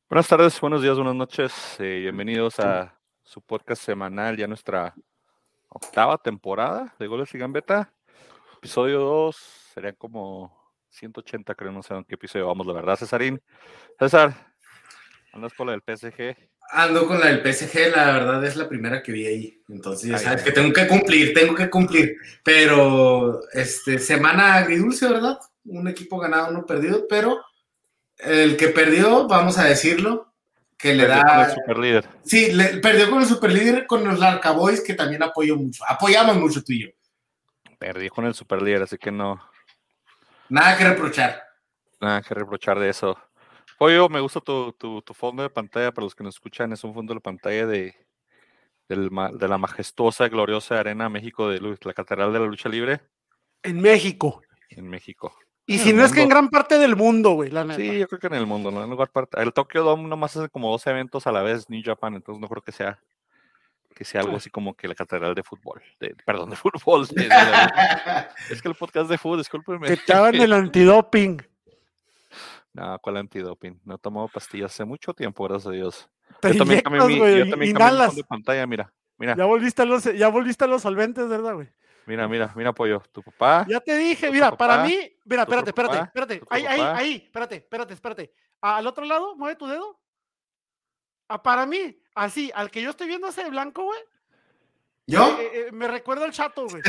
Buenas tardes, buenos días, buenas noches. Bienvenidos a su podcast semanal, ya nuestra octava temporada de Goles y Gambeta. Episodio 2, serían como 180, creo, no sé en qué episodio vamos, la verdad, Cesarín. César, andas con la del PSG. Ando con la del PSG, la verdad es la primera que vi ahí. Entonces ya sabes que bueno. tengo que cumplir. Pero, semana agridulce, ¿verdad? Un equipo ganado, uno perdido, pero el que perdió, vamos a decirlo, que le Perdió con el da... superlíder. Sí, perdió con el superlíder, con los Larcaboys, que también apoyo mucho. Apoyamos mucho tú y yo. Perdí con el superlíder, así que no. Nada que reprochar. Nada que reprochar de eso. Pollo, me gusta tu fondo de pantalla, para los que nos escuchan, es un fondo de pantalla de la majestuosa, gloriosa Arena México de la Catedral de la Lucha Libre. En México. En México. Y si no es que en gran parte del mundo, güey, la neta. Sí, yo creo que en el mundo, ¿no? En lugar parte. El Tokyo Dome nomás hace como 2 eventos a la vez, New Japan, entonces no creo que sea algo así como que la catedral de fútbol. Perdón, de fútbol. Es que el podcast de fútbol, discúlpenme. Que te hagan el antidoping. No, ¿cuál antidoping? No he tomado pastillas hace mucho tiempo, gracias a Dios. Te Yo también inyectas, güey, cambié mi inhalas. fondo de pantalla, mira. Ya volviste a los solventes, ¿verdad, güey? Mira, pollo, tu papá. Ya te dije, mira, para mí, mira, espérate. Espérate. Al otro lado, mueve tu dedo. Para mí, así, al que yo estoy viendo ese de blanco, güey. ¿Yo? Me recuerda al Chato, güey.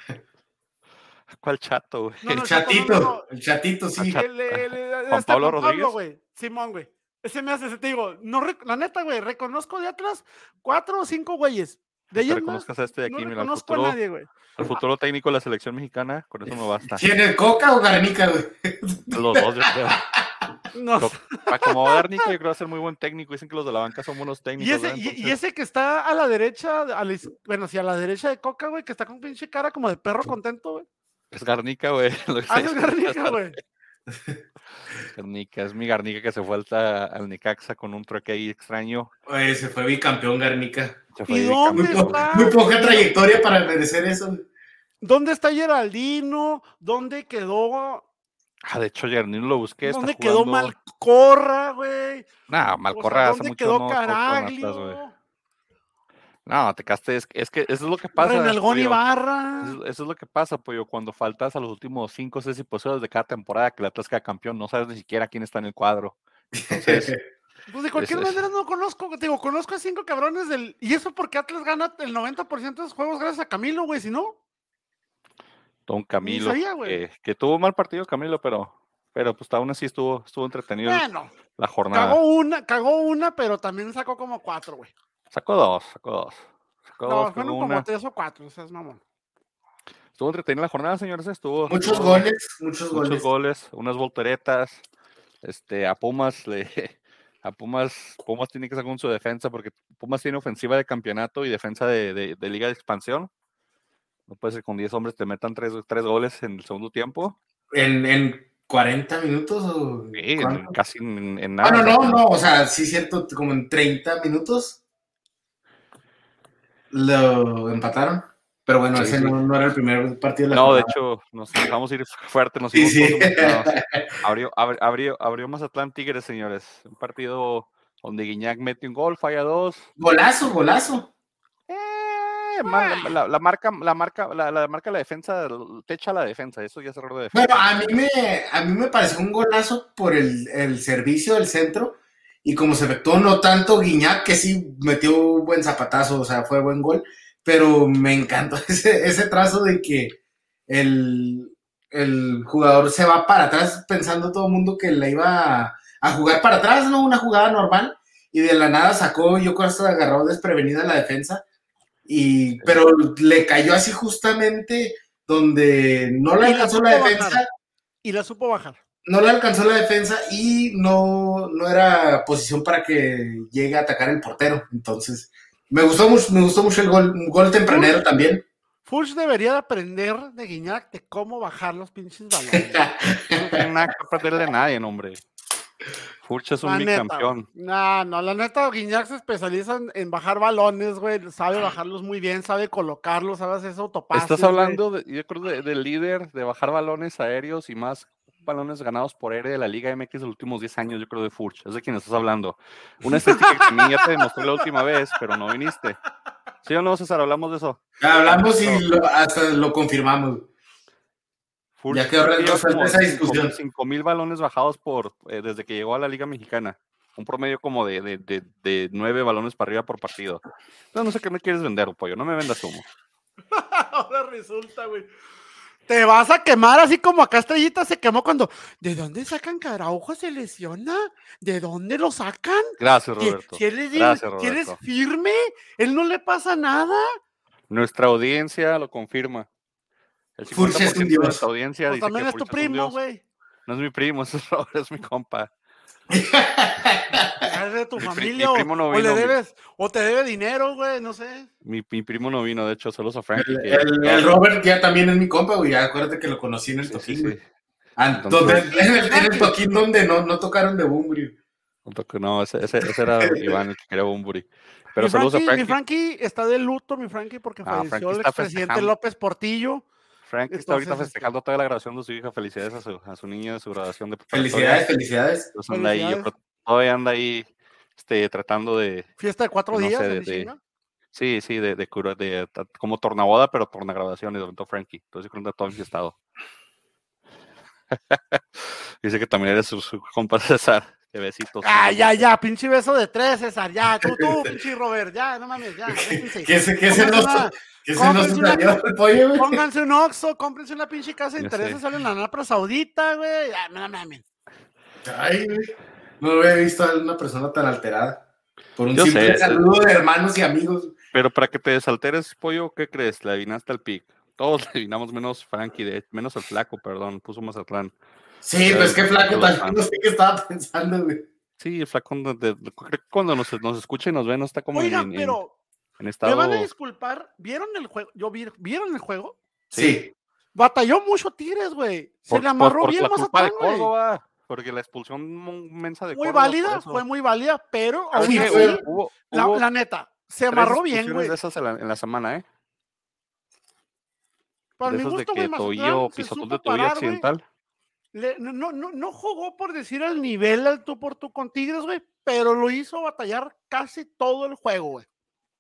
¿Cuál Chato, güey? No, el Chatito, el Chatito, sí. Juan Pablo Rodríguez. Güey. Simón, güey. Ese me hace, te digo, no, la neta, güey, reconozco de Atlas 4 o 5 güeyes. De ellos reconozcas a este de aquí, no mira, reconozco a nadie, güey. El futuro técnico de la selección mexicana, con eso me basta. ¿Tiene Coca o Garnica, güey? Los dos, yo creo. No. Para como Garnica, yo creo que va a ser muy buen técnico. Dicen que los de la banca son buenos técnicos. Y ese que está a la derecha, bueno, sí, a la derecha de Coca, güey, que está con pinche cara como de perro contento, güey. Es Garnica, güey. Es Garnica, güey. Garnica, es mi Garnica que se fue al Necaxa con un trueque ahí extraño. Oye, se fue bicampeón Garnica. ¿Y dónde está? Muy poca trayectoria para merecer eso. ¿Dónde está Geraldino? ¿Dónde quedó? De hecho, Geraldino lo busqué. ¿Dónde quedó Malcorra, güey? Malcorra hace mucho no. ¿Dónde quedó Caraglio? No, te caste, es que eso es lo que pasa. Renalgón Ibarra. Eso es lo que pasa, pollo, cuando faltas a los últimos 5 o 6 episodios de cada temporada que el Atlas queda campeón, no sabes ni siquiera quién está en el cuadro. Entonces, pues de cualquier manera no conozco, conozco a 5 cabrones y eso porque Atlas gana el 90% de los juegos gracias a Camilo, güey, si no. Don Camilo, que tuvo mal partido Camilo, pero pues aún así estuvo entretenido la jornada. Cagó una, pero también sacó como 4, güey. Sacó dos. No, fueron como 3 o 4, o sea, es mamón. Estuvo entretenida la jornada, señores. Muchos goles. Unas volteretas. A Pumas tiene que sacar con su defensa, porque Pumas tiene ofensiva de campeonato y defensa de liga de expansión. No puede ser que con 10 hombres te metan 3 goles en el segundo tiempo. ¿En 40 minutos o...? Sí, casi en nada. No, o sea, sí es cierto, como en 30 minutos lo empataron. Pero bueno, ese no era el primer partido de la jornada. De hecho, nos dejamos ir fuerte, nos fuimos abrió Mazatlán Tigres, señores. Un partido donde Guiñac mete un gol, falla 2. Golazo. La marca la defensa, te echa la defensa, eso ya es error de defensa. Bueno, a mí me pareció un golazo por el servicio del centro, y como se efectuó no tanto Guiñac, que sí metió un buen zapatazo, o sea, fue buen gol, pero me encantó ese trazo de que el jugador se va para atrás pensando todo el mundo que le iba a jugar para atrás, ¿no? Una jugada normal, y de la nada sacó, yo creo, hasta agarró desprevenida la defensa. Pero le cayó así justamente donde no le alcanzó la defensa. Y la supo bajar. No le alcanzó la defensa y no era posición para que llegue a atacar el portero. Entonces, me gustó mucho el gol, un gol tempranero también. Furch debería aprender de Guiñac de cómo bajar los pinches balones. No tiene nada que aprenderle a nadie, hombre. Furch es un bicampeón. No, la neta, Guiñac se especializa en bajar balones, güey. Sabe bajarlos muy bien, sabe colocarlos, sabe hacer autopases. Estás hablando, yo creo, del líder de bajar balones aéreos y más balones ganados por aire de la Liga MX de los últimos 10 años, yo creo, de Furch. Es de quien estás hablando. Una estadística que también ya te demostré la última vez, pero no viniste. ¿Sí o no, César? ¿Hablamos de eso? Hablamos y hasta lo confirmamos. Furch Ya quedó resuelta esa discusión. 5,000 balones bajados desde que llegó a la Liga Mexicana. Un promedio como de 9 balones para arriba por partido. Entonces no sé qué me quieres vender, pollo. No me vendas humo. Ahora resulta, güey. Te vas a quemar así como acá Estrellita se quemó cuando. ¿De dónde sacan que Araujo se lesiona? ¿De dónde lo sacan? Gracias, Roberto. Si él Gracias, si él es Roberto. firme, él no le pasa nada. Nuestra audiencia lo confirma. El Furch es 50% un de dios. nuestra audiencia Pues dice también que es tu Furch es un primo, dios. güey. No es mi primo, es mi compa. Es de tu Mi familia primo no o le vino, debes, o te debe dinero, güey, no sé. Mi primo no vino, de hecho, saludos a Frankie. El Robert ya también es mi compa, güey. Ya acuérdate que lo conocí en el Sí, Toquín, sí, güey. sí. En el Toquín donde no tocaron de Bumburi. No, ese era Iván el que quería Bumburi. Pero saludos a Mi Frankie. Frankie está de luto, mi Frankie, porque falleció Frankie el está expresidente festejando. López Portillo. Frankie está ahorita Entonces, festejando toda la graduación de su hija. Felicidades a su niña de su graduación de preparatoria. Felicidades. Entonces anda ahí, yo creo que todavía anda ahí tratando de, Fiesta de 4 no días sé, en chinga. sí, como tornaboda, pero tornagraduación, y aventó Frankie. Entonces yo creo que anda todo enfiestado. Dice que también eres su compa César. Que besitos. Ya, pinche beso de 3, César, ya, tú, pinche Robert, ya, no mames, ya, déjense. ¿Qué se nos salió el pollo, güey? Pónganse un Oxxo, cómprense una pinche casa de intereses, salen a la Napra Saudita, güey, ya, no mames. Ay, güey, no lo había visto a una persona tan alterada. Por un Yo simple sé, saludo de hermanos y amigos. Pero para que te desalteres, pollo, ¿qué crees? Le adivinaste al pick. Todos le adivinamos menos Frankie, menos el flaco, perdón, puso Mazatlán. Sí, pues qué flaco también, no sé qué estaba pensando, güey. Sí, el flaco, cuando nos escucha y nos ve, no está como Oigan, pero en estado... me van a disculpar, ¿vieron el juego? ¿Vieron el juego? Sí. Batalló mucho Tigres, güey. Se le amarró bien la culpa de Mazatlán, Córdoba, güey. porque la expulsión mensa de Muy Córdoba. válida, fue muy válida, pero aún Sí, así, hubo la neta, se amarró bien, güey. de esas en la semana, ¿eh? Para de mi esas gusto, de que tobillo, pisotón de tobillo accidental. No jugó por decir al nivel al tú por tú con Tigres, güey, pero lo hizo batallar casi todo el juego, güey.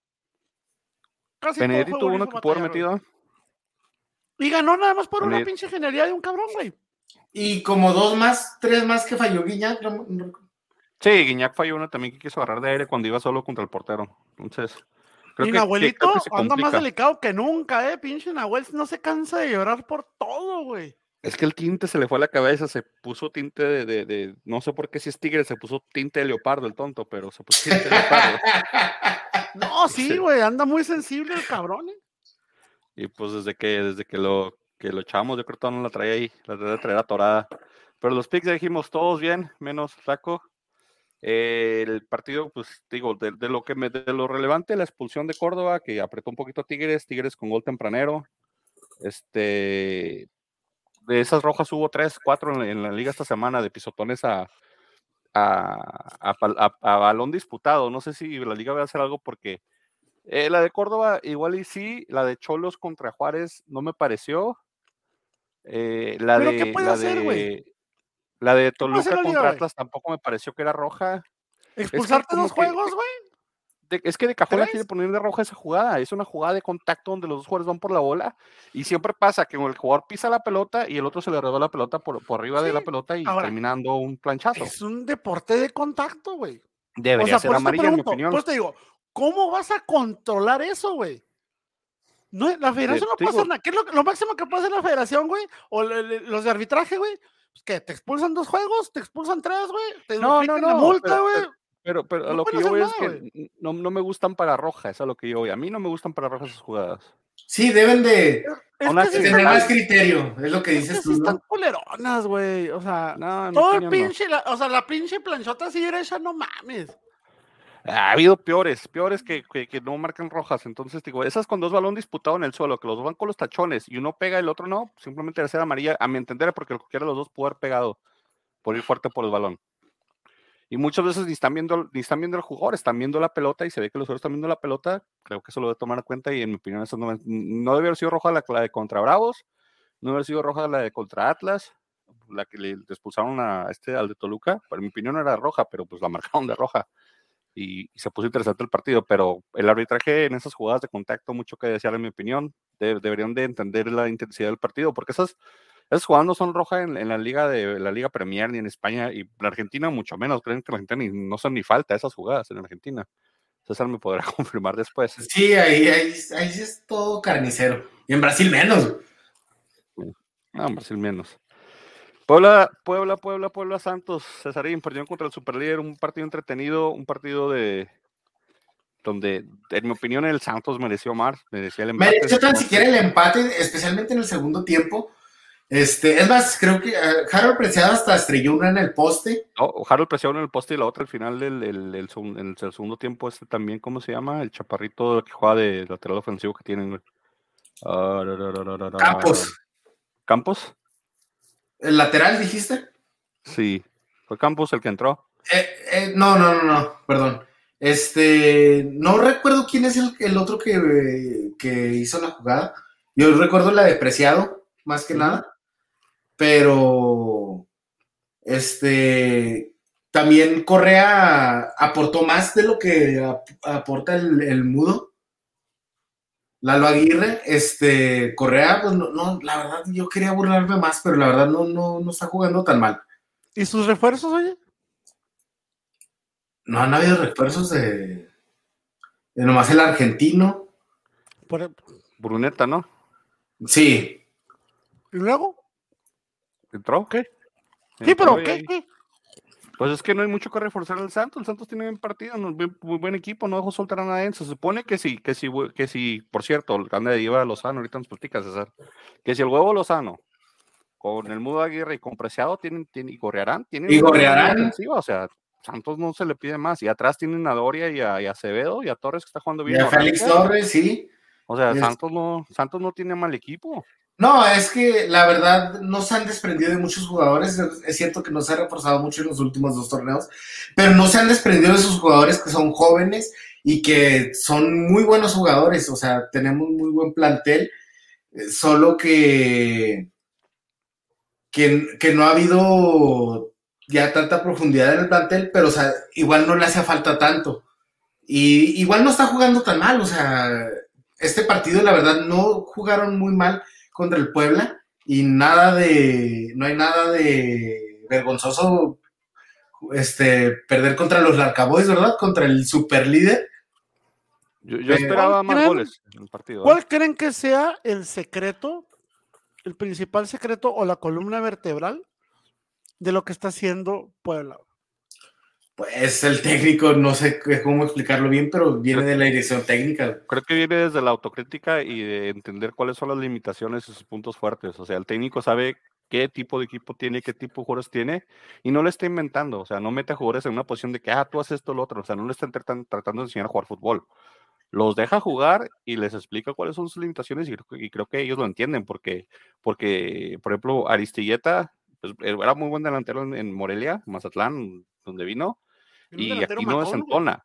Casi Benedetti todo el tuvo juego uno que pudo haber metido. Y ganó nada más por una pinche genialidad de un cabrón, güey. Y como 3 más que falló Guiñac. Sí, Guiñac falló uno también que quiso agarrar de aire cuando iba solo contra el portero. Entonces, creo que se anda más delicado que nunca, pinche Nahuel no se cansa de llorar por todo, güey. Es que el tinte se le fue a la cabeza, se puso tinte de no sé por qué si es tigre, se puso tinte de leopardo el tonto, pero se puso tinte de leopardo. No, sí, güey, anda muy sensible el cabrón, Y pues desde que lo echamos, yo creo que todavía no la traía ahí, la debe traer atorada. Pero los picks ya dijimos todos bien, menos flaco. El partido, pues digo, de lo relevante, la expulsión de Córdoba, que apretó un poquito a Tigres con gol tempranero. De esas rojas hubo 3, 4 en la liga esta semana, de pisotones a balón disputado. No sé si la liga va a hacer algo porque la de Córdoba igual y sí, la de Cholos contra Juárez no me pareció. ¿Pero qué puede hacer, güey? La de Toluca contra Atlas tampoco me pareció que era roja. ¿Expulsarte 2 juegos, güey? Es que de cajón la quiere poner de roja esa jugada. Es una jugada de contacto donde los dos jugadores van por la bola y siempre pasa que el jugador pisa la pelota y el otro se le rodó la pelota por arriba de la pelota y terminando un planchazo. Es un deporte de contacto, güey. Debería ser amarilla, en mi opinión. Pues te digo, ¿cómo vas a controlar eso, güey? No, la federación no puede hacer nada. ¿Qué es lo máximo que puede hacer la federación, güey? O los de arbitraje, güey. Pues que te expulsan 2 juegos, te expulsan 3, güey. Te aplican la multa, güey. Pero a lo que yo voy es que no me gustan para roja, es a lo que yo voy. A mí no me gustan para rojas esas jugadas. Sí, deben de tener más criterio, es lo que dices tú, ¿no? Están culeronas, güey. O sea, todo el pinche, la pinche planchota así derecha, no mames. Ha habido peores que no marcan rojas. Entonces, digo, esas con 2 balones disputados en el suelo, que los dos van con los tachones y uno pega y el otro no, simplemente debe ser amarilla, a mi entender, porque cualquiera de los dos pudo haber pegado por ir fuerte por el balón. Y muchas veces ni están viendo el jugador, están viendo la pelota y se ve que los jugadores están viendo la pelota. Creo que eso lo debe tomar en cuenta y en mi opinión eso no debe haber sido roja la de contra Bravos, no debe haber sido roja la de contra Atlas. la que le expulsaron al de Toluca, en mi opinión era roja, pero pues la marcaron de roja. Y se puso interesante el partido, pero el arbitraje en esas jugadas de contacto, mucho que desear en mi opinión, deberían de entender la intensidad del partido, porque esas jugadas no son rojas en la Liga Premier ni en España, y en Argentina mucho menos. Creen que en Argentina no son ni falta esas jugadas en Argentina. César me podrá confirmar después. Sí, ahí sí es todo carnicero. Y en Brasil menos. No, en Brasil menos. Puebla, Santos. Cesarín perdió contra el superlíder, un partido entretenido, un partido donde, en mi opinión, el Santos mereció más, merecía el empate. Mereció tan siquiera el empate, especialmente en el segundo tiempo. Es más, creo que Harold Preciado hasta estrelló una en el poste. Harold Preciado en el poste y la otra al final en el segundo tiempo también, ¿cómo se llama? El chaparrito que juega de lateral ofensivo que tienen. ¿Campos? ¿El lateral dijiste? Sí, fue Campos el que entró. No, perdón. No recuerdo quién es el otro que hizo la jugada. Yo recuerdo la de Preciado, más que nada. Pero también Correa aportó más de lo que aporta el mudo. Lalo Aguirre, Correa, pues no, la verdad yo quería burlarme más, pero la verdad no está jugando tan mal. ¿Y sus refuerzos, oye? No han habido refuerzos de nomás el argentino. Bruneta, ¿no? Sí. ¿Y luego? ¿Entró? ¿Qué? Sí, pero ¿qué? Pues es que no hay mucho que reforzar al Santos. El Santos tiene un partido, muy buen equipo, no dejó soltar a nadie. Se supone que sí, por cierto, el grande de Iba Lozano, ahorita nos platicas, César, que si el huevo Lozano, con el Mudo Aguirre y con Preciado, y Gorriarán, tienen una ofensiva, o sea, Santos no se le pide más. Y atrás tienen a Doria y a Acevedo y a Torres, que está jugando bien. Y a Félix Torres, sí. O sea, Santos no tiene mal equipo. No, es que la verdad no se han desprendido de muchos jugadores. Es cierto que no se ha reforzado mucho en los últimos 2 torneos, pero no se han desprendido de esos jugadores que son jóvenes y que son muy buenos jugadores. O sea, tenemos muy buen plantel, solo que no ha habido ya tanta profundidad en el plantel, pero o sea, igual no le hace falta tanto. Y igual no está jugando tan mal. O sea, este partido la verdad no jugaron muy mal contra el Puebla y no hay nada de vergonzoso perder contra los Larcaboys, ¿verdad? Contra el super líder. Yo esperaba más goles en el partido. ¿Cuál creen que sea el secreto, el principal secreto o la columna vertebral de lo que está haciendo Puebla? Pues el técnico, no sé cómo explicarlo bien, pero viene de la dirección técnica. Creo que viene desde la autocrítica y de entender cuáles son las limitaciones y sus puntos fuertes. O sea, el técnico sabe qué tipo de equipo tiene, qué tipo de jugadores tiene, y no le está inventando. O sea, no mete a jugadores en una posición de que, tú haces esto o lo otro. O sea, no le están tratando de enseñar a jugar fútbol. Los deja jugar y les explica cuáles son sus limitaciones, y creo que ellos lo entienden, porque por ejemplo, Aristilleta, pues, era muy buen delantero en Morelia, Mazatlán, donde vino, y aquí no desentona.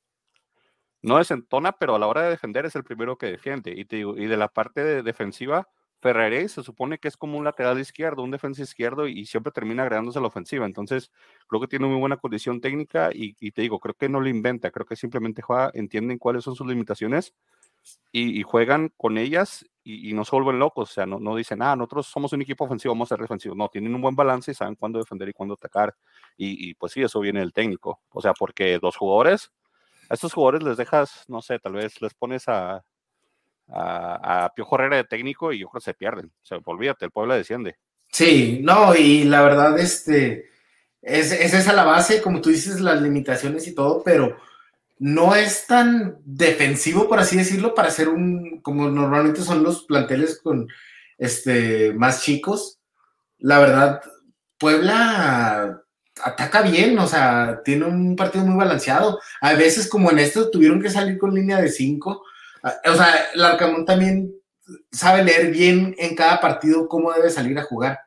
No desentona, pero a la hora de defender es el primero que defiende. Y de la parte defensiva, Ferreira se supone que es como un lateral izquierdo, un defensa izquierdo, y siempre termina agregándose a la ofensiva. Entonces, creo que tiene muy buena condición técnica y te digo, creo que no lo inventa, creo que simplemente juega, entienden cuáles son sus limitaciones y juegan con ellas y no se vuelven locos. O sea, no dicen, nosotros somos un equipo ofensivo, vamos a ser defensivos. No, tienen un buen balance y saben cuándo defender y cuándo atacar. Y pues sí, eso viene del técnico. O sea, porque a estos jugadores les dejas, no sé, tal vez les pones a Piojo Herrera de técnico y yo creo que se pierden. O sea, olvídate, el Puebla desciende. Sí, no, y la verdad, es esa la base, como tú dices, las limitaciones y todo, pero no es tan defensivo, por así decirlo, para ser como normalmente son los planteles con más chicos. La verdad, Puebla ataca bien, o sea, tiene un partido muy balanceado. A veces, como en esto, tuvieron que salir con línea de 5. O sea, el Arcamón también sabe leer bien en cada partido cómo debe salir a jugar.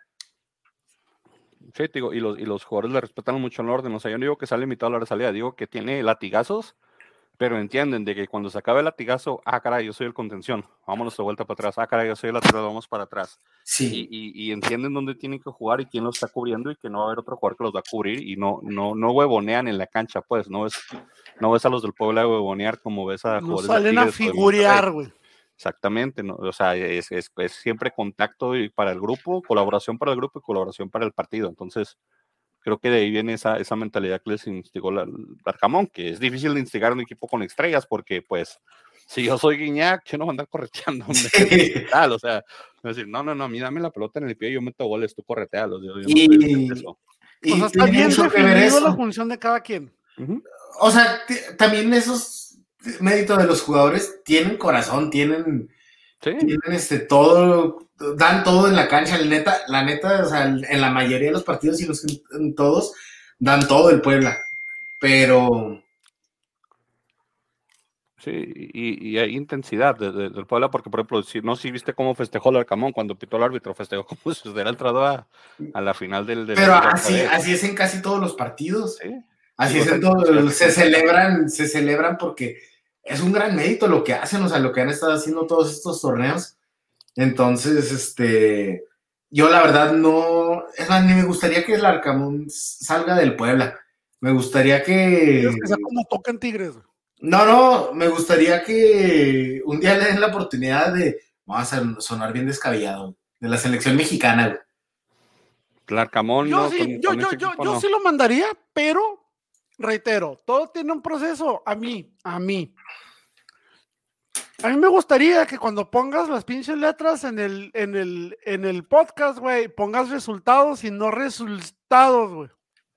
Sí, digo, y los jugadores le respetan mucho el orden. O sea, yo no digo que sale limitado a la hora de salida, digo que tiene latigazos pero entienden de que cuando se acabe el latigazo, caray, yo soy el contención, vámonos de vuelta para atrás, caray, yo soy el lateral, vamos para atrás. Sí. Y entienden dónde tienen que jugar y quién los está cubriendo y que no va a haber otro jugador que los va a cubrir y no huevonean en la cancha, pues, no ves a los del Puebla huevonear como ves a no jugadores salen a figurear, güey. Exactamente, ¿no? O sea, es siempre contacto para el grupo, colaboración para el grupo y colaboración para el partido. Entonces, creo que de ahí viene esa mentalidad que les instigó Larcamón, que es difícil de instigar un equipo con estrellas, porque pues, si yo soy Guiñac, yo no voy a andar correteando tal, o sea, decir, no, a mí dame la pelota en el pie, yo meto goles, tú corretealos. Yo no estoy eso. O sea, está bien definido la función de cada quien. O sea, también esos méritos de los jugadores tienen corazón, tienen todo, dan todo en la cancha, la neta, o sea, en la mayoría de los partidos y en todos, dan todo el Puebla, pero... Sí, y hay intensidad del Puebla, porque por ejemplo, si viste cómo festejó el Arcamón cuando pitó el árbitro, festejó como si hubiera entrado a la final del pero así es en casi todos los partidos. Sí. Así es en todos, se celebran porque es un gran mérito lo que hacen, o sea, lo que han estado haciendo todos estos torneos. Entonces, yo la verdad no, es más, ni me gustaría que el Arcamón salga del Puebla. Me gustaría que... Es que sea como tocan Tigres. No, me gustaría que un día le den la oportunidad de, vamos a sonar bien descabellado, de la selección mexicana, güey. El Arcamón, yo sí lo mandaría, pero reitero, todo tiene un proceso. A mí me gustaría que cuando pongas las pinches letras en el podcast, güey, pongas resultados y no resultados, güey.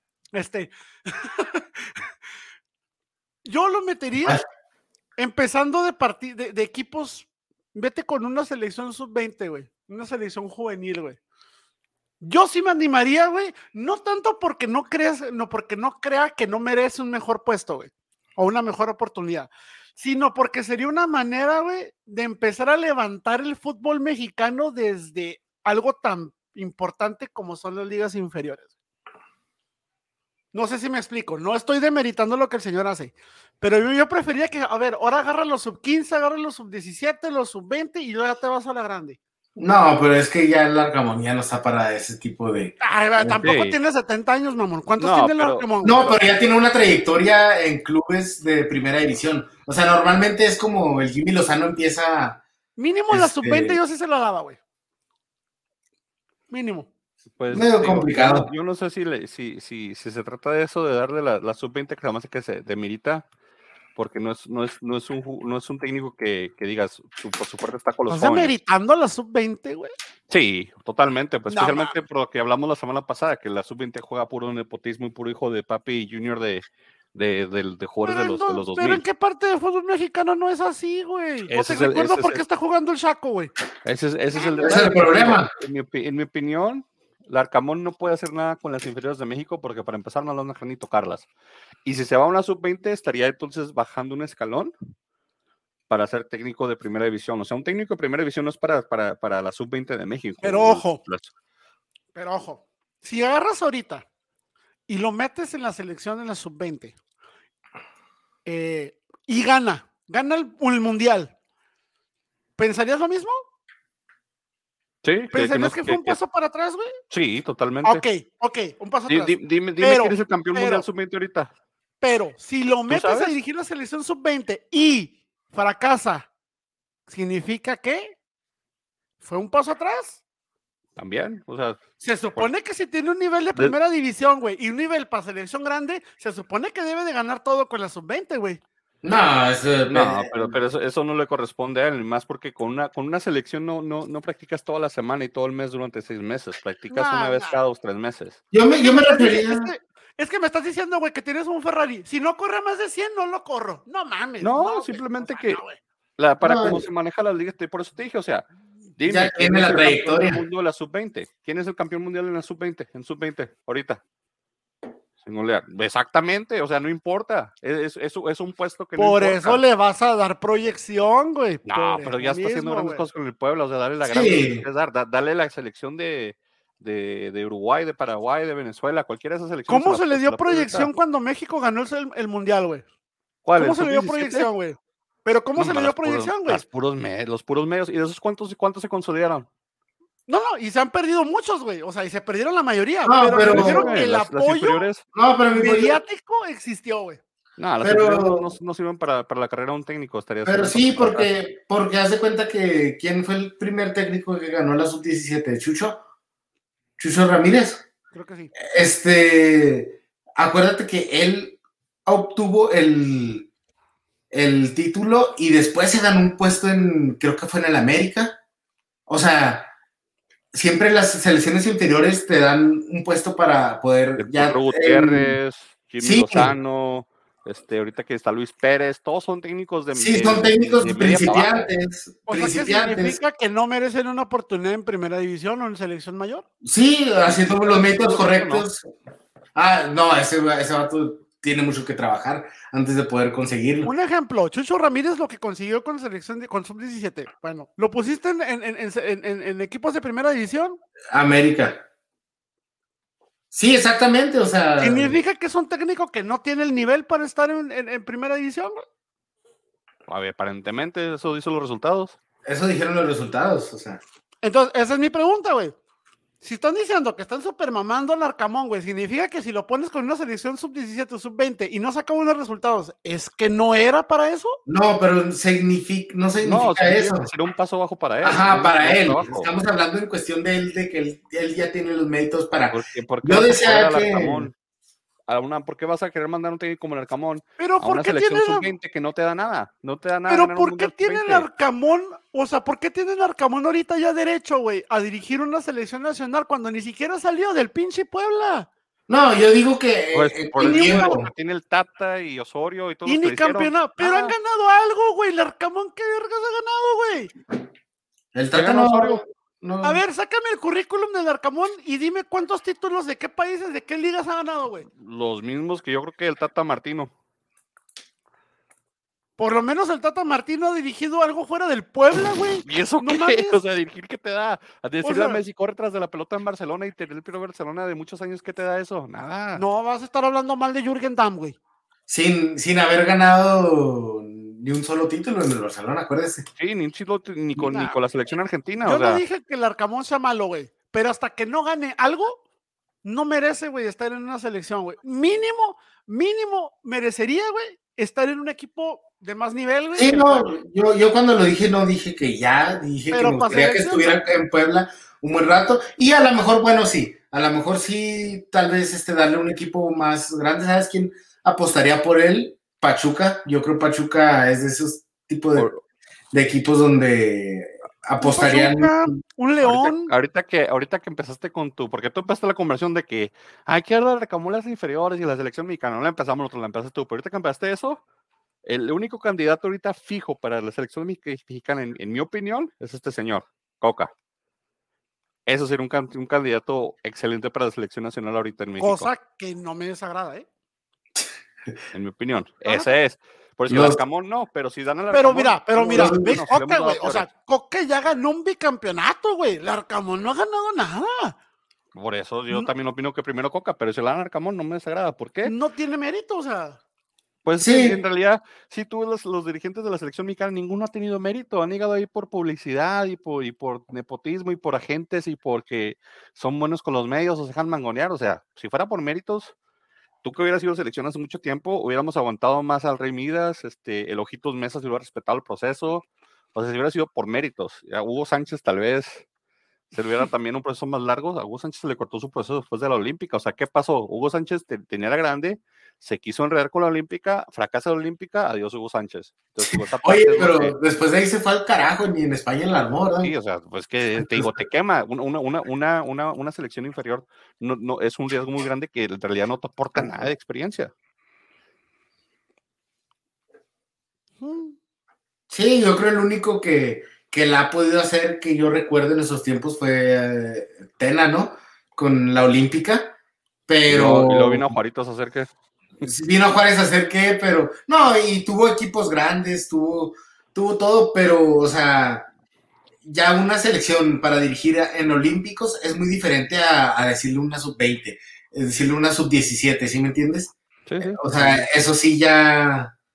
Yo lo metería empezando de equipos. Vete con una selección sub-20, güey. Una selección juvenil, güey. Yo sí me animaría, güey. No tanto porque porque no crea que no merece un mejor puesto, güey. O una mejor oportunidad. Sino porque sería una manera, güey, de empezar a levantar el fútbol mexicano desde algo tan importante como son las ligas inferiores. No sé si me explico, no estoy demeritando lo que el señor hace, pero yo prefería que, a ver, ahora agarra los sub-15, agarra los sub-17, los sub-20 y luego ya te vas a la grande. No, pero es que ya el Arcamón ya no está para ese tipo de... tampoco tiene 70 años, mamón. ¿Cuántos tiene el Arcamón? No, pero ya tiene una trayectoria en clubes de primera división. O sea, normalmente es como el Jimmy Lozano empieza... Mínimo la sub-20 yo sí se la daba, güey. Mínimo. Pues, medio complicado. Yo no sé si se trata de eso, de darle la sub-20, que además que se demerita, porque no es un técnico que digas, por su parte está con los jóvenes. ¿Estás demeritando la sub-20, güey? Sí, totalmente, pues especialmente por lo que hablamos la semana pasada, que la sub-20 juega puro nepotismo y puro hijo de papi junior de jugadores de los 2000. Pero ¿en qué parte del fútbol mexicano no es así, güey? No te recuerdo por qué está jugando el Chaco, güey. Ese es el problema. En mi opinión, Larcamón no puede hacer nada con las inferiores de México porque para empezar no las van a dejar ni tocarlas. Y si se va a una sub-20, estaría entonces bajando un escalón para ser técnico de primera división. O sea, un técnico de primera división no es para la sub-20 de México. Pero ojo, si agarras ahorita y lo metes en la selección en la sub-20 y gana el mundial, ¿pensarías lo mismo? Sí. ¿Pensarías que fue un paso para atrás, güey? Sí, totalmente. Ok, un paso atrás. Dime quién es el campeón mundial sub-20 ahorita. Pero si lo metes a dirigir la selección sub-20 y fracasa, ¿significa que fue un paso atrás? También, o sea... Se supone que si tiene un nivel de primera división, güey, y un nivel para selección grande, se supone que debe de ganar todo con la sub-20, güey. Pero eso no le corresponde a él, más porque con una selección no practicas toda la semana y todo el mes durante 6 meses, practicas una vez cada 2-3 meses. Yo me refería... Es que me estás diciendo, güey, que tienes un Ferrari. Si no corre más de 100, no lo corro. No mames. No, simplemente cómo se maneja la liga, por eso te dije, o sea, dime, ya tiene la trayectoria. De la sub-20. ¿Quién es el campeón mundial en la sub-20? En sub-20, ahorita. Exactamente, o sea, no importa. Es un puesto que no importa. Por eso le vas a dar proyección, güey. No, pero ya está haciendo grandes cosas con el pueblo, o sea, darle la gran... Darle la selección de Uruguay, de Paraguay, de Venezuela, cualquiera de esas selecciones. ¿Cómo se le dio proyección cuando México ganó el mundial, güey? ¿Cuál? ¿Cómo ¿El se le dio sub-17? proyección, güey? Pero ¿cómo se le dio proyección, güey? Los puros medios. ¿Y de esos cuántos se consolidaron? No, y se han perdido muchos, güey. O sea, y se perdieron la mayoría. No, pero pero- me refiero que el Las apoyo inferiores. No, pero mi punto- mediático existió, güey. No, las Pero- inferiores no sirven para la carrera de un técnico. Pero sí, porque haz de cuenta que ¿quién fue el primer técnico que ganó la sub-17? Chucho Ramírez. Creo que sí. Acuérdate que él obtuvo el título y después se ganó un puesto creo que fue en el América. O sea, siempre las selecciones inferiores te dan un puesto para poder Arturo Gutiérrez, Jimmy sí. Lozano, ahorita que está Luis Pérez, todos son técnicos son técnicos de media para abajo. principiantes. O sea, ¿qué significa que no merecen una oportunidad en primera división o en selección mayor? Sí, haciendo los métodos correctos. No, ese vato tiene mucho que trabajar antes de poder conseguirlo. Un ejemplo, Chucho Ramírez lo que consiguió con selección con sub-17. Bueno, ¿lo pusiste en equipos de primera división? América. Sí, exactamente, o sea... ¿Significa que es un técnico que no tiene el nivel para estar en primera división? A ver, aparentemente eso dicen los resultados. Eso dijeron los resultados, o sea... Entonces, esa es mi pregunta, güey. Si están diciendo que están super mamando al Arcamón, güey, significa que si lo pones con una selección sub-17 o sub-20 y no saca buenos resultados, ¿es que no era para eso? No, pero no significa eso. Sería un paso bajo para él. Ajá, para él. Estamos hablando en cuestión de él, de que él ya tiene los méritos para... Porque yo decía que... ¿Por qué vas a querer mandar un técnico como el Arcamón pero a una selección sub-20 que no te da nada? No te da nada. Pero ¿por qué tiene el Arcamón? O sea, ¿por qué tiene el Arcamón ahorita ya derecho, güey, a dirigir una selección nacional cuando ni siquiera salió del pinche Puebla? No, yo digo que... Pues por el tiempo que tiene el Tata y Osorio y todo. Y ni campeonato. Pero han ganado algo, güey. El Arcamón, ¿qué vergas ha ganado, güey? El Tata no... Osorio. No. A ver, sácame el currículum del Arcamón y dime cuántos títulos de qué países, de qué ligas ha ganado, güey. Los mismos que yo creo que el Tata Martino. Por lo menos el Tata Martino ha dirigido algo fuera del Puebla, güey. ¿Y eso no qué? O sea, dirigir, ¿qué te da? A decirle a Messi, corre tras de la pelota en Barcelona y tener el primero Barcelona de muchos años, ¿qué te da eso? Nada. No, vas a estar hablando mal de Jürgen Damm, güey. Sin haber ganado ni un solo título en el Barcelona, acuérdese. Sí, ni con la selección argentina. Yo no dije que el Arcamón sea malo, güey. Pero hasta que no gane algo, no merece, güey, estar en una selección, güey. Mínimo merecería, güey, estar en un equipo de más nivel, güey. Sí, no, yo cuando lo dije, no dije que ya, dije pero que me gustaría que estuviera en Puebla un buen rato. Y a lo mejor, tal vez darle un equipo más grande. ¿Sabes quién apostaría por él? Pachuca. Yo creo Pachuca es de esos tipos de equipos donde apostarían. Pachuca, un León. Ahorita que empezaste con porque tú empezaste la conversación de que hay que darle Arcamón las inferiores y la selección mexicana. No la empezamos nosotros, la empezaste tú. Pero ahorita que empezaste eso, el único candidato ahorita fijo para la selección mexicana, en mi opinión, es este señor, Coca. Eso sería un candidato excelente para la selección nacional ahorita en México. Cosa que no me desagrada, ¿eh? En mi opinión. Ese es. Por eso el Arcamón no, pero si dan al Pero Arcamón... mira, ve Coca, güey. O sea, Coca ya ganó un bicampeonato, güey. El Arcamón no ha ganado nada. Por eso yo también opino que primero Coca, pero si le dan al Arcamón no me desagrada. ¿Por qué? No tiene mérito, o sea... Pues sí, en realidad, si tú ves los dirigentes de la selección mexicana, ninguno ha tenido mérito, han llegado ahí por publicidad y por nepotismo y por agentes y porque son buenos con los medios o se dejan mangonear. O sea, si fuera por méritos, tú que hubieras sido selección hace mucho tiempo, hubiéramos aguantado más al Rey Midas, el Ojitos Mesa si hubiera respetado el proceso, o sea, si hubiera sido por méritos. A Hugo Sánchez tal vez se le hubiera también un proceso más largo. A Hugo Sánchez se le cortó su proceso después de la Olímpica. O sea, ¿qué pasó? Hugo Sánchez tenía la grande, se quiso enredar con la Olímpica, fracasa la Olímpica, adiós Hugo Sánchez. Entonces, oye, pero después de ahí se fue al carajo, ni en España la armó, ¿verdad? Sí, o sea, pues que te digo, te quema. Una selección inferior no es un riesgo muy grande que en realidad no te aporta nada de experiencia. Sí, yo creo el único que la ha podido hacer que yo recuerdo en esos tiempos fue Tena, ¿no? Con la Olímpica, pero... Y luego vino a Juaritos a hacer qué. Vino a Juárez a hacer qué, pero... No, y tuvo equipos grandes, tuvo todo, pero, o sea, ya una selección para dirigir en Olímpicos es muy diferente a decirle una sub-20, es decirle una sub-17, ¿sí me entiendes? Sí. O sea, eso sí ya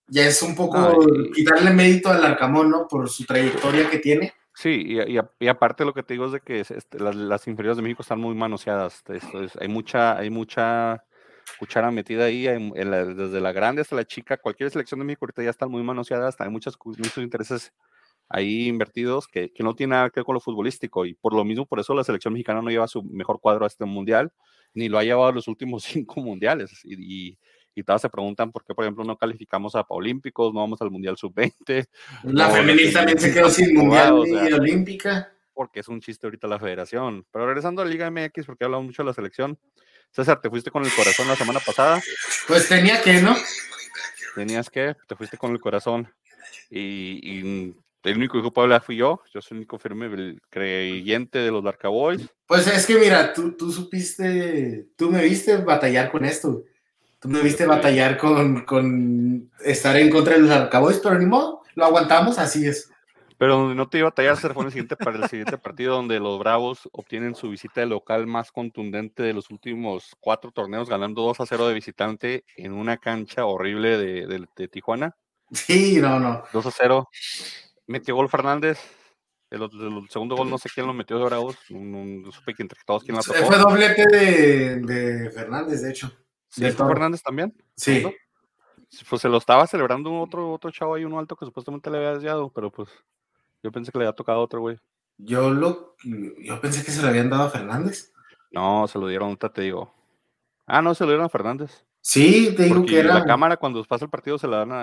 ya es un poco quitarle mérito al Arcamón, ¿no? Por su trayectoria que tiene. Sí, y aparte lo que te digo es de que las inferiores de México están muy manoseadas. Hay mucha cuchara metida ahí, desde la grande hasta la chica. Cualquier selección de México ahorita ya están muy manoseadas. Hay muchos intereses ahí invertidos que no tienen nada que ver con lo futbolístico. Y por lo mismo, por eso la selección mexicana no lleva su mejor cuadro a este mundial, ni lo ha llevado a los últimos 5 mundiales. Y todas se preguntan por qué, por ejemplo, no calificamos a Olímpicos, no vamos al Mundial Sub-20. La femenil también se quedó sin Mundial y Olímpica. Porque es un chiste ahorita la federación. Pero regresando a la Liga MX, porque hablamos mucho de la selección. César, ¿te fuiste con el corazón la semana pasada? Pues tenía que, ¿no? Tenías que, te fuiste con el corazón. Y el único que dijo Puebla fui yo. Yo soy el único firme creyente de los Darka Boys. Pues es que mira, tú supiste, tú me viste batallar con esto. Tú me viste batallar con estar en contra de los Darka Boys, pero ni modo, lo aguantamos, así es. Pero donde no te iba a batallar fue para el siguiente partido, donde los Bravos obtienen su visita de local más contundente de los últimos 4 torneos, ganando 2-0 de visitante en una cancha horrible de Tijuana. Sí, no. 2-0. Metió gol Fernández. El segundo gol no sé quién lo metió de Bravos. No supe que entre todos quién la tocó. Fue doblete de Fernández, de hecho. ¿Sí fue Fernández también? Sí. Pues se lo estaba celebrando otro chavo ahí, uno alto que supuestamente le había desviado, pero pues yo pensé que le había tocado a otro güey. Yo pensé que se lo habían dado a Fernández. No, se lo dieron, ahorita te digo. No, se lo dieron a Fernández. Sí, te digo que era. La cámara cuando pasa el partido se la dan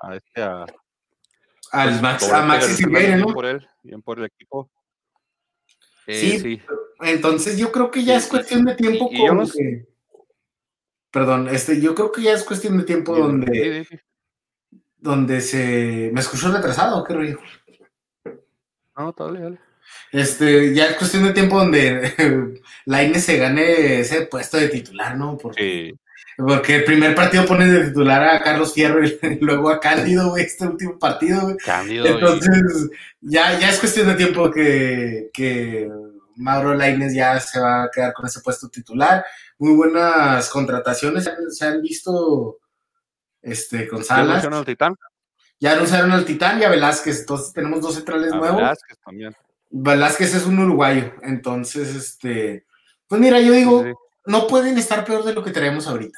a Maxi Silveira, ¿no? Bien por el equipo. Sí. Entonces yo creo que ya es cuestión de tiempo Perdón, yo creo que ya es cuestión de tiempo donde se... ¿Me escuchó retrasado? ¿Qué rollo? No, dale. Ya es cuestión de tiempo donde Lainez se gane ese puesto de titular, ¿no? Porque el primer partido pone de titular a Carlos Fierro y luego a Cándido, güey, este último partido, güey. Entonces, ya es cuestión de tiempo que Mauro Lainez ya se va a quedar con ese puesto titular. Muy buenas contrataciones se han visto con Salas. ¿Ya anunciaron al Titán? Ya anunciaron al Titán y a Velázquez, entonces tenemos 2 centrales nuevos. Velázquez también. Velázquez es un uruguayo, entonces, pues mira, yo digo, no pueden estar peor de lo que traemos ahorita.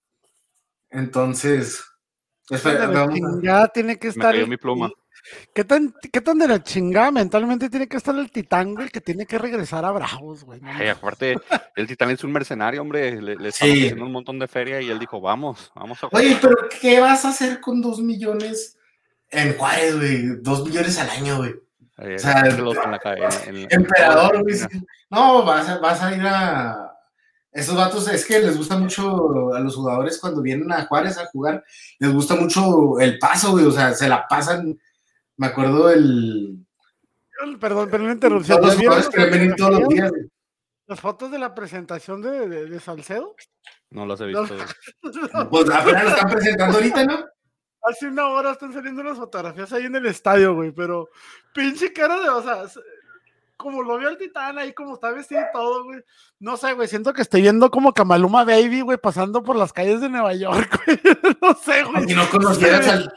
Entonces, chingada tiene que estar. Me cayó mi pluma. ¿Qué tan de la chingada mentalmente tiene que estar el Titán, güey, que tiene que regresar a Bravos, güey? Aparte, el Titán es un mercenario, hombre, le estamos haciendo un montón de feria y él dijo, vamos a jugar. Oye, pero ¿qué vas a hacer con 2 millones en Juárez, güey? 2 millones al año, güey. O sea, emperador, güey. No, vas a ir a... Esos vatos, es que les gusta mucho a los jugadores cuando vienen a Juárez a jugar, les gusta mucho el paso, güey, o sea, se la pasan. Me acuerdo Perdón, pero una interrupción. Todos los jugadores que ven todos los días, güey. ¿Las fotos de la presentación de Salcedo? No las he visto. Pues apenas lo están presentando ahorita, ¿no? Hace una hora están saliendo las fotografías ahí en el estadio, güey, pero pinche cara o sea, como lo vio el Titán ahí, como está vestido y todo, güey. No sé, güey, siento que estoy viendo como Kamaluma Baby, güey, pasando por las calles de Nueva York, güey. No sé, güey. Si no conocieras al...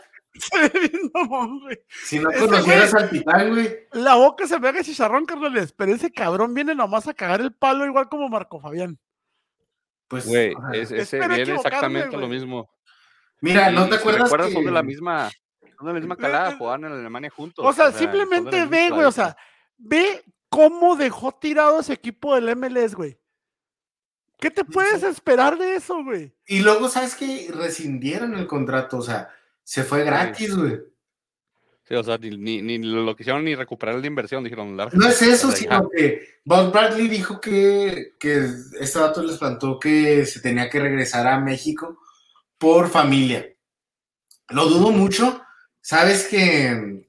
güey. Si no conocieras al Titán, güey. La boca se me haga chicharrón, carnales, pero ese cabrón viene nomás a cagar el palo igual como Marco Fabián. Pues, güey, viene exactamente lo mismo. Mira, ¿no te acuerdas que... Son de la misma calada, jugaban en Alemania juntos. O sea simplemente ve, güey, o sea, ve cómo dejó tirado ese equipo del MLS, güey. ¿Qué te puedes esperar de eso, güey? Y luego, ¿sabes qué? Rescindieron el contrato, o sea, se fue gratis, güey. Sí, o sea, ni lo quisieron ni recuperar la inversión, dijeron. No es eso, sino que Bob Bradley dijo que este dato les plantó que se tenía que regresar a México por familia. Lo dudo mucho. Sabes que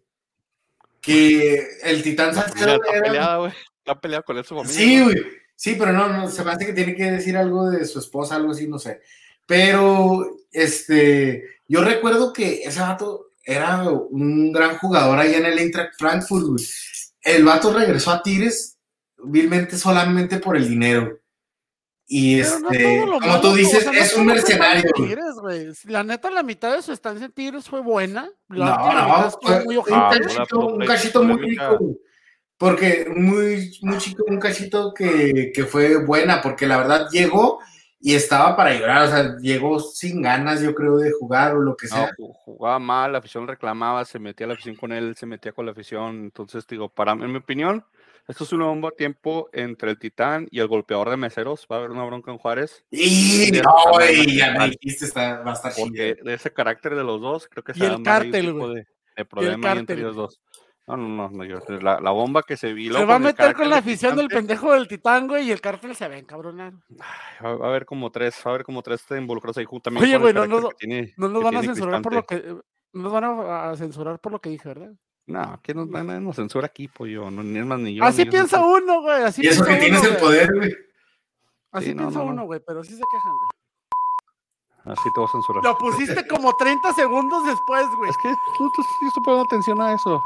el Titán Salcedo está peleado con su familia. Sí, güey. Sí, pero no, se me hace que tiene que decir algo de su esposa, algo así, no sé. Pero, yo recuerdo que ese vato era un gran jugador allá en el Eintracht Frankfurt, güey. El vato regresó a Tigres vilmente solamente por el dinero. Y Pero no todo lo como malo, tú dices, o sea, es no un todo fue malo mercenario. en Tigres, güey. La neta, la mitad de su estancia en Tigres fue buena. La No, última mitad no, estuvo muy fue ojete. un cachito muy rico, porque muy chico, un cachito que fue buena, porque la verdad llegó y estaba para llorar, o sea, llegó sin ganas, yo creo, de jugar o lo que sea. No, jugaba mal, la afición reclamaba, se metía la afición con él, se metía con la afición. Entonces, digo, en mi opinión, esto es un bombo a tiempo entre el Titán y el golpeador de meseros. Va a haber una bronca en Juárez. Y Ya no, está más güey, ya me mental, dijiste, va a estar chido. porque de ese carácter de los dos, creo que se Y va a el dar ahí un cártel, tipo güey. de Y el problema ahí entre cártel, ellos güey. dos. No, la bomba que se vio Se va a con el meter con carácter la de afición del Cristante, pendejo del Titán, güey, y el cártel se va a encabronar. va a haber como tres involucrados ahí también Oye, con el güey, carácter que no nos van a tiene censurar por Cristante. lo que. No nos van a censurar por lo que dije, ¿verdad? No, que nos censura aquí, pollo. No, ni es más ni yo. Así ni yo piensa tampoco. uno, güey. Así Y eso piensa que tienes uno, el güey. poder, güey. Así Sí, piensa no. uno, güey, pero sí se quejan, güey. Así te voy a censurar. Lo pusiste como 30 segundos después, güey. Es que tú estoy poniendo atención a eso.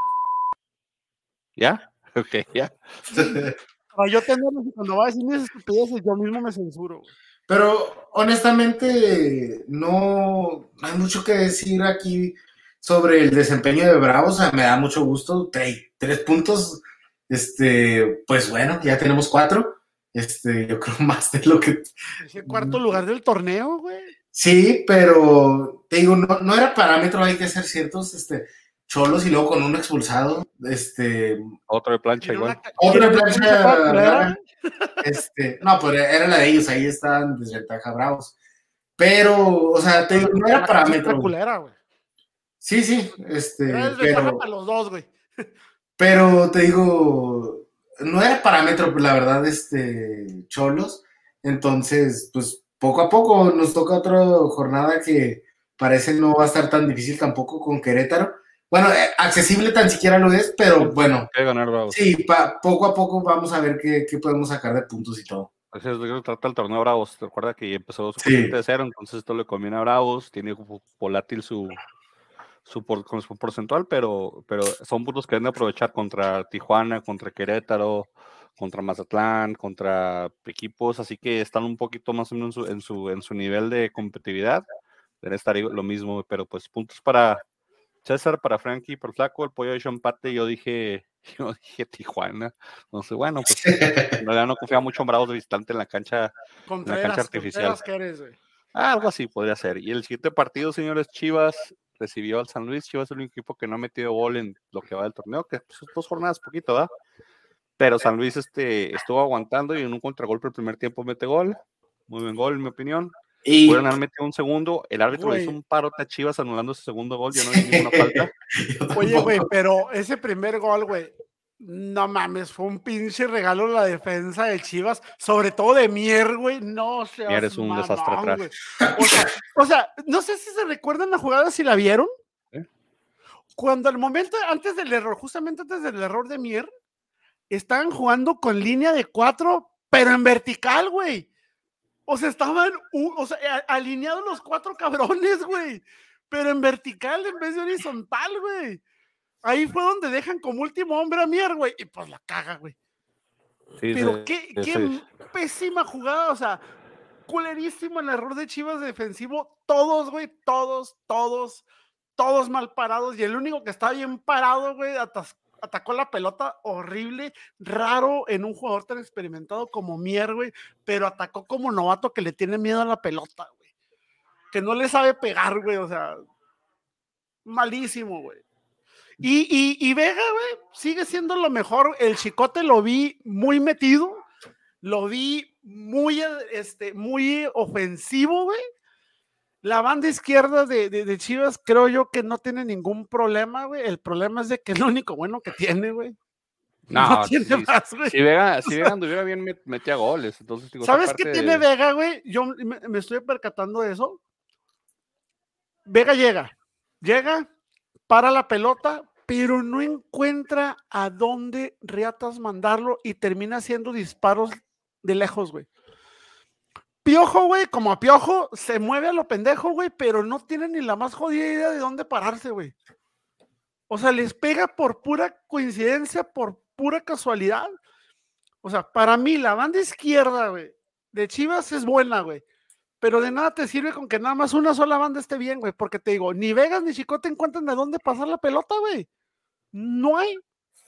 ¿Ya? Ok, ya. Para yo tenerlo, cuando va a decir mis estupideces, yo mismo me censuro, güey. Pero honestamente, no hay mucho que decir aquí sobre el desempeño de Bravo. O sea, me da mucho gusto. 3 puntos. Pues bueno, ya tenemos 4. Yo creo más de lo que. Es el cuarto lugar del torneo, güey. Sí, pero te digo, no era parámetro, hay que ser ciertos, Cholos y luego con un expulsado, Otro de plancha Tiene igual. otra tiene plancha toda culera, rara. güey. No, pues era la de ellos, ahí estaban en desventaja Bravos. Pero, o sea, te digo, no era parámetro. Una culera, güey. Sí, Era desventaja para los dos, güey. pero te digo, no era parámetro, la verdad, Cholos. Entonces, pues poco a poco nos toca otra jornada que parece no va a estar tan difícil tampoco con Querétaro. Bueno, accesible tan siquiera lo es, pero bueno. Hay que ganar Bravos. Sí, poco a poco vamos a ver qué podemos sacar de puntos y todo. Así es, yo trata el torneo Bravos. Recuerda que empezó su coeficiente de 0, entonces esto le conviene a Bravos. Tiene volátil su porcentual, pero son puntos que deben aprovechar contra Tijuana, contra Querétaro, contra Mazatlán, contra equipos, así que están un poquito más o menos en su nivel de competitividad. Deben estar lo mismo, pero pues puntos para César, para Frankie, para Flaco, el pollo de Sean Pate. Yo dije Tijuana. No sé, bueno, pues en realidad no confiaba mucho en Bravos de visitante en la cancha artificial. Que eres, güey. Algo así podría ser. Y el siguiente partido, señores, Chivas recibió al San Luis. Chivas es el único equipo que no ha metido gol en lo que va del torneo, que pues, 2 jornadas, poquito, ¿verdad? Pero San Luis estuvo aguantando y en un contragolpe el primer tiempo mete gol. Muy buen gol, en mi opinión. Y Pudieron haber metido un segundo. El árbitro le hizo un parote a Chivas anulando ese segundo gol. Yo no vi ninguna falta. Oye, güey, pero ese primer gol, güey, no mames, fue un pinche regalo la defensa de Chivas, sobre todo de Mier, güey. No seas Mier es un mamón, desastre atrás. güey. O sea, no sé si se recuerdan la jugada, si la vieron. Cuando al momento, justamente antes del error de Mier, estaban jugando con línea de 4, pero en vertical, güey. O sea, estaban alineados los 4 cabrones, güey. Pero en vertical en vez de horizontal, güey. Ahí fue donde dejan como último hombre a Mier, güey. Y pues la caga, güey. Sí, pero qué pésima jugada. O sea, culerísimo el error de Chivas defensivo. Todos, güey, todos mal parados. Y el único que estaba bien parado, güey, atacó la pelota horrible, raro en un jugador tan experimentado como Mier, güey, pero atacó como novato que le tiene miedo a la pelota, güey, que no le sabe pegar, güey, o sea, malísimo, güey. Y Vega, güey, sigue siendo lo mejor. El Chicote lo vi muy metido, lo vi muy ofensivo, güey. La banda izquierda de Chivas creo yo que no tiene ningún problema, güey. El problema es de que es lo único bueno que tiene, güey. No tiene más, güey. Si Vega anduviera bien, metía goles. Entonces, digo, ¿sabes qué tiene Vega, güey? Yo me estoy percatando de eso. Vega llega, para la pelota, pero no encuentra a dónde reatas mandarlo y termina haciendo disparos de lejos, güey. Piojo, güey, como a Piojo, se mueve a lo pendejo, güey, pero no tiene ni la más jodida idea de dónde pararse, güey. O sea, les pega por pura coincidencia, por pura casualidad. O sea, para mí, la banda izquierda, güey, de Chivas es buena, güey. Pero de nada te sirve con que nada más una sola banda esté bien, güey. Porque te digo, ni Vegas ni Chicote encuentran de dónde pasar la pelota, güey. No hay.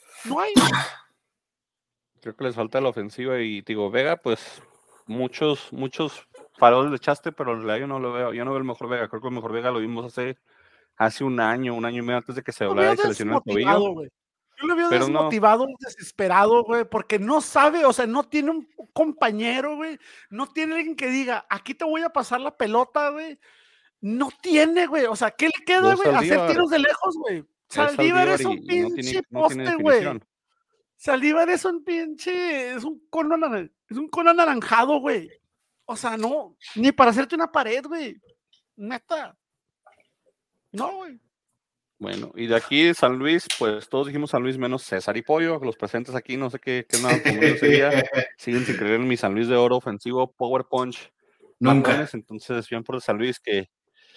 Creo que les falta la ofensiva y digo, Vega, pues muchos faroles le echaste, pero en realidad yo no lo veo. Yo no veo el mejor Vega. Creo que el mejor Vega lo vimos hace un año y medio antes de que se doblara y se lesionó el tobillo. Güey. Yo lo veo pero desmotivado, desesperado, güey, porque no sabe, o sea, no tiene un compañero, güey, no tiene alguien que diga, aquí te voy a pasar la pelota, güey. No tiene, güey, o sea, ¿qué le queda, güey? Hacer tiros de lejos, güey. Saldívar es un pinche poste, güey. Saldívar es un pinche, es un cono anaranjado, güey. O sea, no, ni para hacerte una pared, güey. Neta. No, güey. Bueno, y de aquí San Luis, pues todos dijimos San Luis menos César y Pollo, los presentes aquí, no sé qué nada como yo sería, siguen sin creer en mi San Luis de oro ofensivo, Power Punch. Nunca. Matones, entonces bien por el San Luis que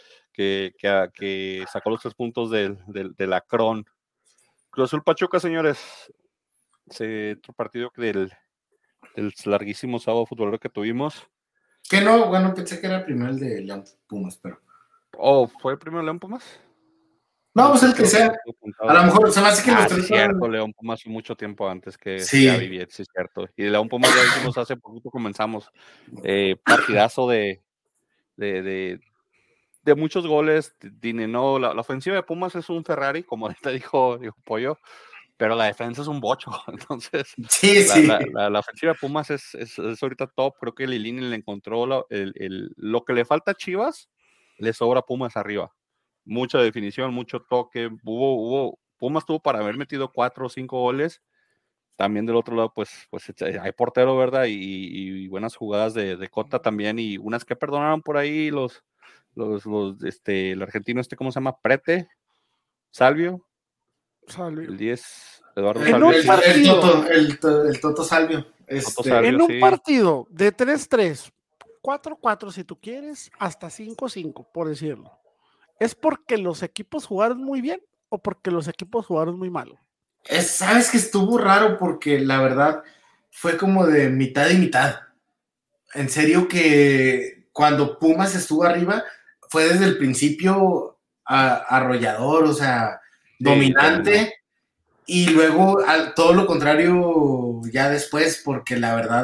sacó los 3 puntos de la Cron. Cruz Azul Pachuca, señores, otro partido del larguísimo sábado futbolero que tuvimos. Que no, bueno, pensé que era primero el de León Pumas, pero. ¿Fue el primero León Pumas? No, pues el que sea. A lo mejor se me hace que los tres. Sí, cierto, León Pumas fue mucho tiempo antes que sí. ya viví, sí, cierto. Y León Pumas ya dijimos hace poquito comenzamos. Partidazo de muchos goles. No, la ofensiva de Pumas es un Ferrari, como ahorita dijo Pollo, pero la defensa es un bocho. Entonces, sí. La ofensiva de Pumas es ahorita top. Creo que Lilini le encontró lo que le falta a Chivas, le sobra a Pumas arriba. Mucha definición, mucho toque. Pumas tuvo para haber metido 4 o 5 goles. También del otro lado, pues hay portero, ¿verdad? Y buenas jugadas de Cota también, y unas que perdonaron por ahí el argentino ¿cómo se llama? Salvio. El 10, Eduardo Salvio. El Toto Salvio. En un partido de 3-3, 4-4 si tú quieres, hasta 5-5, por decirlo. ¿Es porque los equipos jugaron muy bien o porque los equipos jugaron muy mal? Sabes que estuvo raro porque la verdad fue como de mitad y mitad. En serio que cuando Pumas estuvo arriba fue desde el principio arrollador, o sea, dominante, y luego todo lo contrario ya después, porque la verdad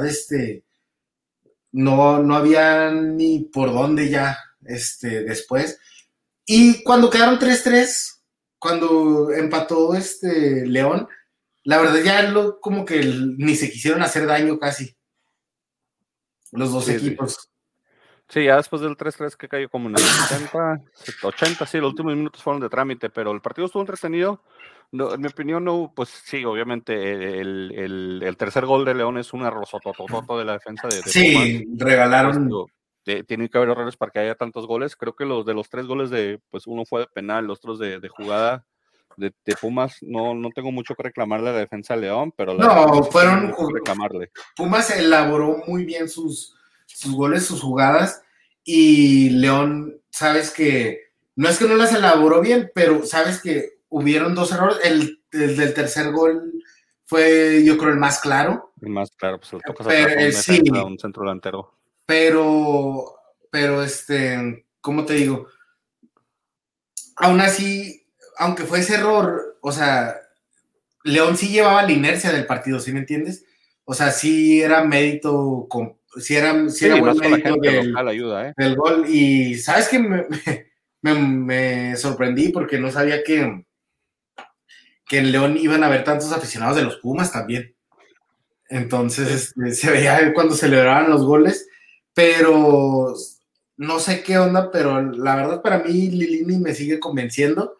no había ni por dónde ya después. Y cuando quedaron 3-3, cuando empató León, la verdad ya como que ni se quisieron hacer daño casi los dos equipos. Sí, ya después del 3-3 que cayó como en el 80, sí, los últimos minutos fueron de trámite, pero el partido estuvo entretenido. No, en mi opinión, no, pues sí, obviamente el tercer gol de León es una rosototototo de la defensa de sí, Pumas. Regalaron. Tiene que haber errores para que haya tantos goles. Creo que los de los 3 goles pues uno fue de penal, los otros de jugada de Pumas, no tengo mucho que reclamarle a la defensa de León, pero fueron reclamarle. Pumas elaboró muy bien sus goles, sus jugadas, y León, sabes que no es que no las elaboró bien, pero sabes que hubieron 2 errores. El del tercer gol fue, yo creo, el más claro. El más claro, pues lo tocas atrás a un centro delantero. Pero, ¿cómo te digo? Aún así, aunque fue ese error, o sea, León sí llevaba la inercia del partido, ¿sí me entiendes? O sea, sí era mérito, sí era buen mérito del gol. Y sabes que me sorprendí porque no sabía que en León iban a haber tantos aficionados de los Pumas también. Entonces, se veía cuando celebraban los goles, pero no sé qué onda, pero la verdad para mí Lilini me sigue convenciendo,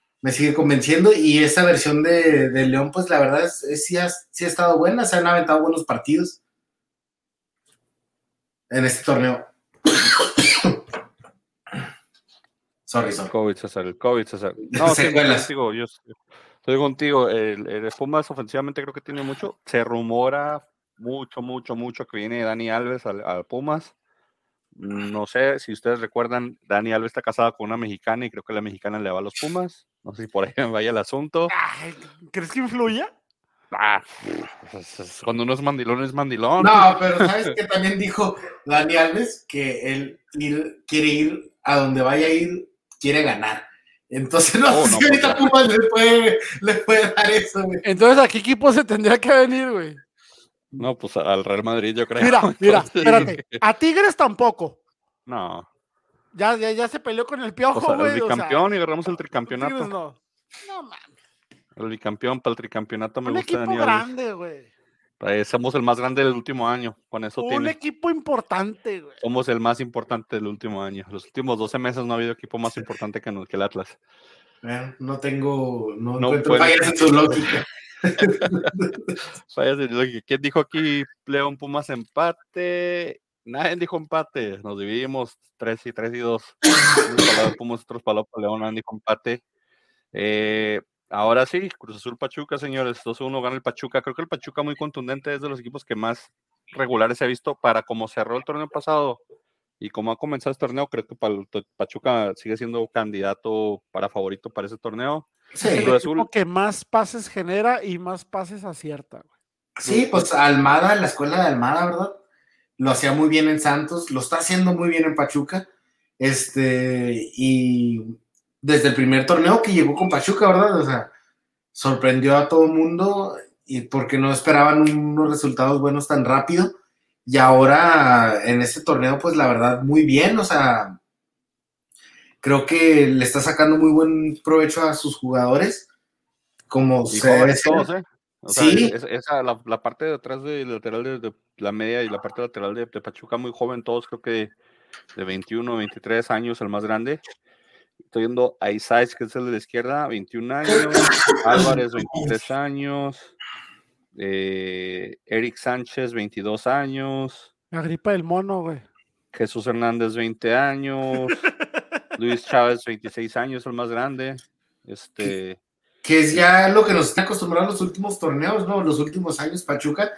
y esa versión de León, pues la verdad sí ha estado buena, se han aventado buenos partidos en este torneo. Sorry. El COVID, César. No, sí, yo estoy contigo. El Pumas ofensivamente creo que tiene mucho. Se rumora mucho que viene Dani Alves al Pumas. No sé si ustedes recuerdan, Dani Alves está casado con una mexicana y creo que la mexicana le va a los Pumas. No sé si por ahí me vaya el asunto. Ay, ¿crees que influya? Cuando uno es mandilón, es mandilón. No, pero ¿sabes qué también dijo Dani Alves? Que él quiere ir a donde vaya a ir, quiere ganar. Entonces no sé si ahorita Pumas le puede dar eso, güey. Entonces, ¿a qué equipo se tendría que venir, güey? No, pues al Real Madrid, yo creo. Mira, espérate. A Tigres tampoco. No. Ya se peleó con el Piojo, O sea, güey. el bicampeón y agarramos el tricampeonato. Tigres no mames. El bicampeón para el tricampeonato me un gusta. Un equipo grande, güey. Somos el más grande del último año. Con eso Un equipo importante, güey. Somos el más importante del último año. Los últimos 12 meses no ha habido equipo más importante que el Atlas. No encuentro fallas en su lógica. ¿Quién dijo aquí León Pumas empate? Nadie dijo empate. Nos dividimos 3 y 2. Pumas, otros para León, nadie dijo empate. Ahora sí, Cruz Azul Pachuca, señores. 2-1 gana el Pachuca. Creo que el Pachuca muy contundente es de los equipos que más regulares se ha visto para cómo cerró el torneo pasado y como ha comenzado este torneo. Creo que Pachuca sigue siendo candidato para favorito para ese torneo. Sí, es el equipo que más pases genera y más pases acierta, güey. Sí, pues Almada, la escuela de Almada, ¿verdad? Lo hacía muy bien en Santos, lo está haciendo muy bien en Pachuca. Y desde el primer torneo que llegó con Pachuca, ¿verdad? O sea, sorprendió a todo el mundo y porque no esperaban unos resultados buenos tan rápido. Y ahora en este torneo, pues la verdad, muy bien. O sea, creo que le está sacando muy buen provecho a sus jugadores. Como se debe ser. O sea, sí. La parte de atrás del lateral de la media y la parte lateral de Pachuca muy joven, todos creo que de 21, 23 años, el más grande. Estoy viendo a Isaac, que es el de la izquierda, 21 años, Álvarez, 23 años, Eric Sánchez, 22 años. La gripa del mono, güey. Jesús Hernández, 20 años. Luis Chávez, 26 años, el más grande. Que es ya lo que nos está acostumbrando los últimos torneos, ¿no? Los últimos años, Pachuca,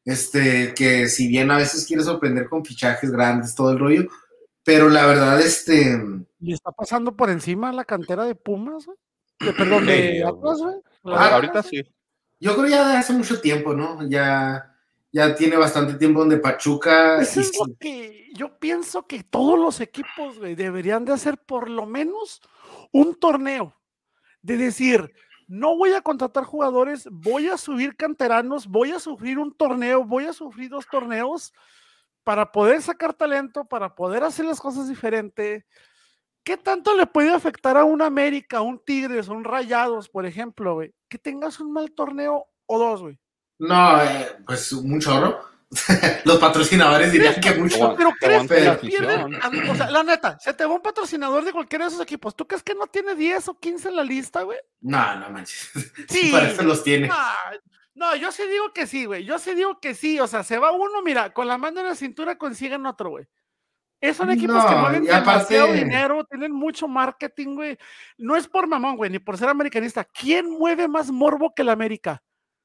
que si bien a veces quiere sorprender con fichajes grandes, todo el rollo, pero la verdad, ¿Le está pasando por encima la cantera de Pumas, güey? Perdón, de Atlas, güey. Ahorita sí. Yo creo ya de hace mucho tiempo, ¿no? Ya tiene bastante tiempo donde Pachuca... Eso es lo que yo pienso que todos los equipos, güey, deberían de hacer por lo menos un torneo. De decir, no voy a contratar jugadores, voy a subir canteranos, voy a sufrir un torneo, voy a sufrir 2 torneos para poder sacar talento, para poder hacer las cosas diferente. ¿Qué tanto le puede afectar a un América, a un Tigres, a un Rayados, por ejemplo, güey? Que tengas un mal torneo o 2, güey. No, pues un chorro. Los patrocinadores dirían que mucho. Pero ¿crees que pierden? O sea, la neta, se te va un patrocinador de cualquiera de esos equipos. ¿Tú crees que no tiene 10 o 15 en la lista, güey? No manches. Sí, para eso los tiene. No, yo sí digo que sí, güey. Yo sí digo que sí. O sea, se va uno, mira, con la mano en la cintura consiguen otro, güey. Son equipos que mueven demasiado dinero, tienen mucho marketing, güey. No es por mamón, güey, ni por ser americanista. ¿Quién mueve más morbo que el América?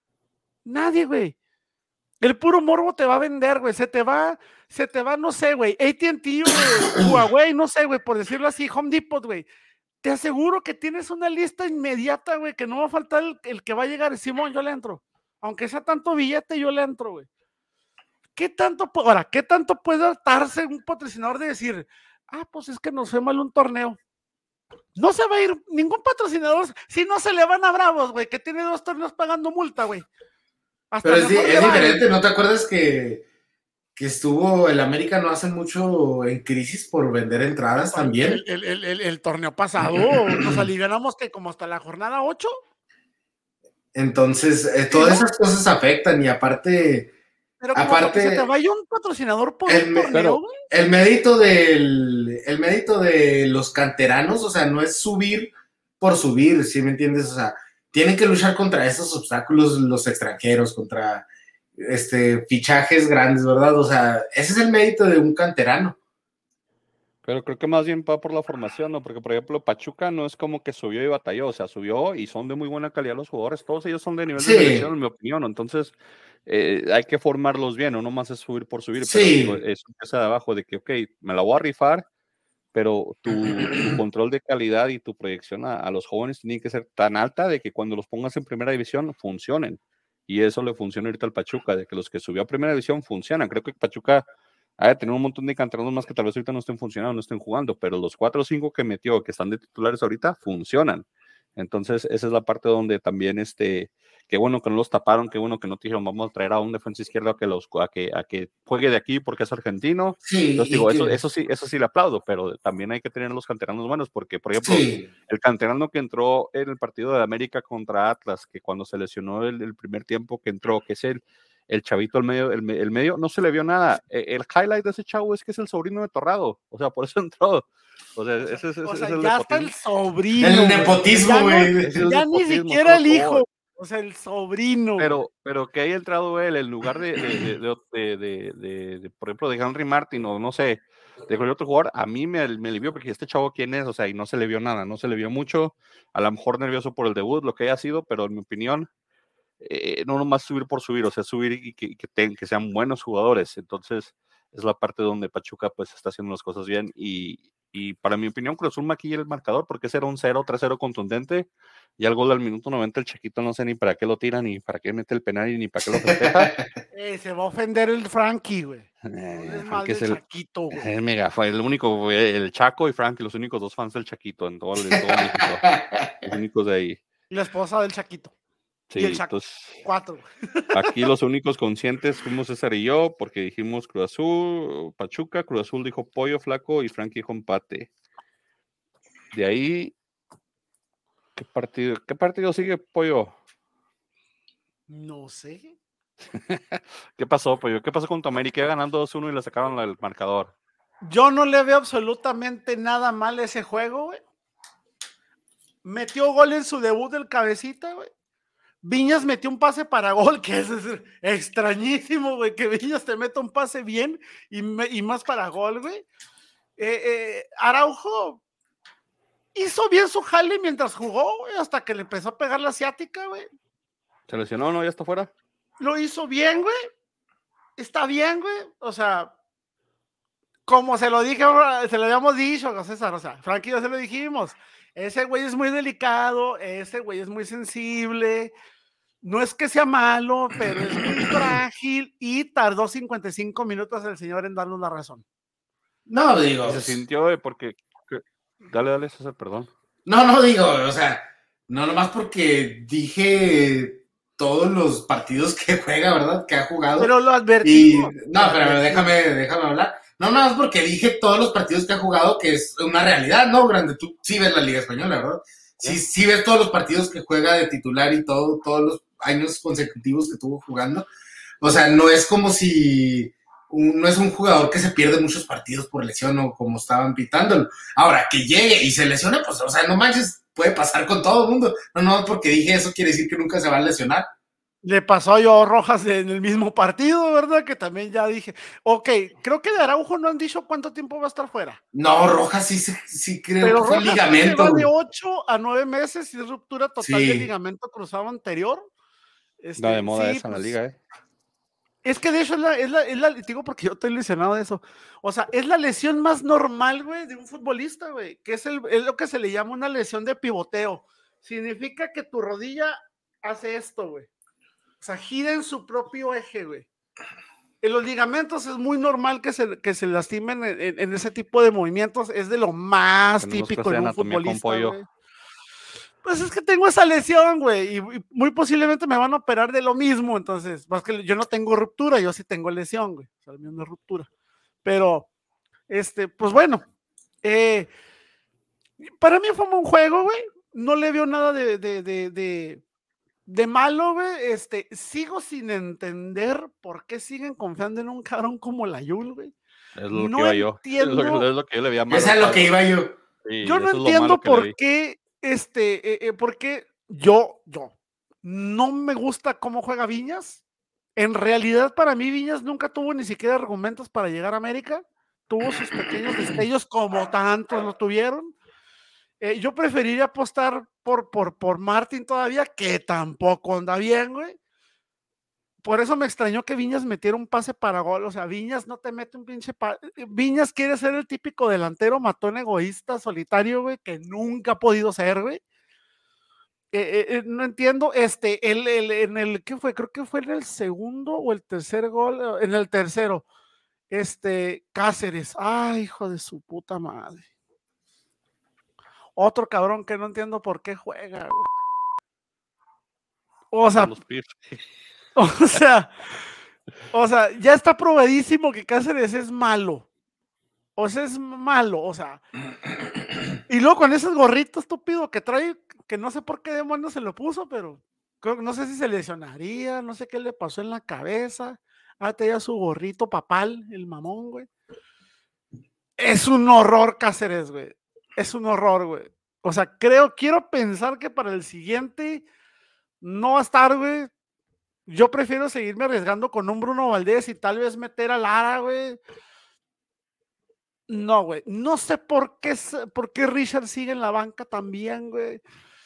Nadie, güey. El puro morbo te va a vender, güey. Se te va, no sé, güey. AT&T, güey, Huawei, no sé, güey, por decirlo así, Home Depot, güey. Te aseguro que tienes una lista inmediata, güey, que no va a faltar el que va a llegar. Simón, yo le entro. Aunque sea tanto billete, yo le entro, güey. ¿Qué tanto puede hartarse un patrocinador de decir, pues es que nos fue mal un torneo? No se va a ir ningún patrocinador si no se le van a Bravos, güey, que tiene 2 torneos pagando multa, güey. Pero es diferente, ¿no te acuerdas que estuvo el América no hace mucho en crisis por vender entradas también? El torneo pasado nos alivianamos que como hasta la jornada 8. Entonces, todas esas cosas afectan y aparte... Pero como que se te vaya un patrocinador por un torneo, güey. El mérito de los canteranos, o sea, no es subir por subir, ¿sí me entiendes? O sea, tienen que luchar contra esos obstáculos los extranjeros, contra fichajes grandes, ¿verdad? O sea, ese es el mérito de un canterano. Pero creo que más bien va por la formación, ¿no? Porque, por ejemplo, Pachuca no es como que subió y batalló, o sea, subió y son de muy buena calidad los jugadores, todos ellos son de nivel de selección, en mi opinión, ¿no? Entonces hay que formarlos bien, no nomás es subir por subir, sí. Pero eso empieza de abajo, de que, ok, me la voy a rifar, pero tu control de calidad y tu proyección a los jóvenes tiene que ser tan alta de que cuando los pongas en primera división funcionen. y eso le funciona ahorita al Pachuca, de que los que subió a primera división funcionan. Creo que Pachuca ha de tener un montón de canteranos más que tal vez ahorita no estén funcionando, no estén jugando, pero los 4 o 5 que metió, que están de titulares ahorita, funcionan. Entonces, esa es la parte donde también, qué bueno que no los taparon, qué bueno que no te dijeron, vamos a traer a un defensa izquierdo a que juegue de aquí porque es argentino. Sí, entonces digo, eso sí le aplaudo, pero también hay que tener los canteranos buenos, porque, por ejemplo, el canterano que entró en el partido de América contra Atlas, que cuando se lesionó el primer tiempo que entró, que es el chavito el medio, no se le vio nada. El highlight de ese chavo es que es el sobrino de Torrado, o sea, por eso entró. O sea, ese es el ya está el sobrino. El nepotismo, güey. Ya ni siquiera el hijo. O sea, el sobrino. Pero que haya entrado él en lugar de por ejemplo, de Henry Martin o no sé, de cualquier otro jugador, a mí me alivió porque este chavo quién es, o sea, y no se le vio nada, no se le vio mucho, a lo mejor nervioso por el debut, lo que haya sido, pero en mi opinión, no nomás subir por subir, o sea, subir y que sean buenos jugadores. Entonces, es la parte donde Pachuca pues está haciendo las cosas bien y para mi opinión Cruz Azul maquilla el marcador porque ese era un 3-0 contundente y al gol al minuto 90 el Chaquito no sé ni para qué lo tira, ni para qué mete el penal y ni para qué lo festeja. Se va a ofender el Frankie, güey. Frankie es el Chaquito, güey. El mega, fue el único, el Chaco y Frankie, los únicos 2 fans del Chaquito en todo México. Los únicos de ahí. Y la esposa del Chaquito. Sí, y el Chaco. Entonces, 4. Aquí los únicos conscientes fuimos César y yo, porque dijimos Cruz Azul, Pachuca, Cruz Azul dijo Pollo Flaco y Frankie dijo empate. De ahí, ¿qué partido sigue, Pollo? No sé. ¿Qué pasó, Pollo? ¿Qué pasó con tu América? Iba ganando 2-1 y le sacaron el marcador. Yo no le veo absolutamente nada mal a ese juego, güey. Metió gol en su debut del Cabecita, güey. Viñas metió un pase para gol, que es extrañísimo, güey, que Viñas te meta un pase bien y más para gol, güey. Araujo hizo bien su jale mientras jugó, güey, hasta que le empezó a pegar la asiática, güey. ¿Se lesionó, no? ¿Ya está fuera? Lo hizo bien, güey. Está bien, güey. O sea, como se lo dije, se lo habíamos dicho, César, o sea, Frankie, ya se lo dijimos. Ese güey es muy delicado, ese güey es muy sensible. No es que sea malo, pero es muy frágil y tardó 55 minutos el señor en darnos la razón. No, digo. Se sintió, porque... Dale, César, perdón. No, digo, o sea, no nomás porque dije todos los partidos que juega, ¿verdad? Que ha jugado. Pero lo advertimos. No, pero déjame hablar. No, nada más porque dije todos los partidos que ha jugado, que es una realidad, ¿no? Grande, tú sí ves la Liga Española, ¿verdad? Sí ves todos los partidos que juega de titular y todos los años consecutivos que estuvo jugando. O sea, no es como si... no es un jugador que se pierde muchos partidos por lesión o como estaban pitándolo. Ahora, que llegue y se lesione, pues, o sea, no manches, puede pasar con todo el mundo. No, porque dije eso quiere decir que nunca se va a lesionar. Le pasó a Joao Rojas en el mismo partido, ¿verdad? Que también ya dije. Ok, creo que de Araujo no han dicho cuánto tiempo va a estar fuera. No, Rojas sí creo pero que fue Rojas ligamento. Se va de 8 a 9 meses y es ruptura total del ligamento cruzado anterior. Está de moda esa en la liga, ¿eh? Es que de hecho digo porque yo estoy lesionado de eso. O sea, es la lesión más normal, güey, de un futbolista, güey, que es lo que se le llama una lesión de pivoteo. Significa que tu rodilla hace esto, güey. O sea, gira en su propio eje, güey. En los ligamentos es muy normal que se lastimen en ese tipo de movimientos. Es de lo más típico en un futbolista, güey. Pues es que tengo esa lesión, güey, y muy posiblemente me van a operar de lo mismo, entonces, más que yo no tengo ruptura, yo sí tengo lesión, güey, o sea, el mío no es ruptura, pero, pues bueno, para mí fue un buen juego, güey, no le veo nada de malo, güey, sigo sin entender por qué siguen confiando en un cabrón como Layul, güey. Es lo que iba yo, es lo que yo le veía mal. Esa es lo que iba yo. Sí, yo no entiendo por qué porque yo no me gusta cómo juega Viñas. En realidad, para mí, Viñas nunca tuvo ni siquiera argumentos para llegar a América. Tuvo sus pequeños destellos, como tantos lo tuvieron. Yo preferiría apostar por Martin todavía, que tampoco anda bien, güey. Por eso me extrañó que Viñas metiera un pase para gol. O sea, Viñas no te mete un pinche Viñas quiere ser el típico delantero matón egoísta, solitario, güey, que nunca ha podido ser, güey. no entiendo, en el, ¿qué fue? Creo que fue en el segundo o el tercer gol, en el tercero, Cáceres, ay, hijo de su puta madre. Otro cabrón que no entiendo por qué juega, güey. O sea, ya está probadísimo que Cáceres es malo. O sea, es malo, o sea. Y luego con ese gorrito estúpido que trae, que no sé por qué demonios se lo puso, pero no sé si se lesionaría, no sé qué le pasó en la cabeza. Tenía su gorrito papal, el mamón, güey. Es un horror, Cáceres, güey. Es un horror, güey. O sea, quiero pensar que para el siguiente no va a estar, güey. Yo prefiero seguirme arriesgando con un Bruno Valdés y tal vez meter a Lara, güey. No, güey. No sé por qué Richard sigue en la banca también, güey.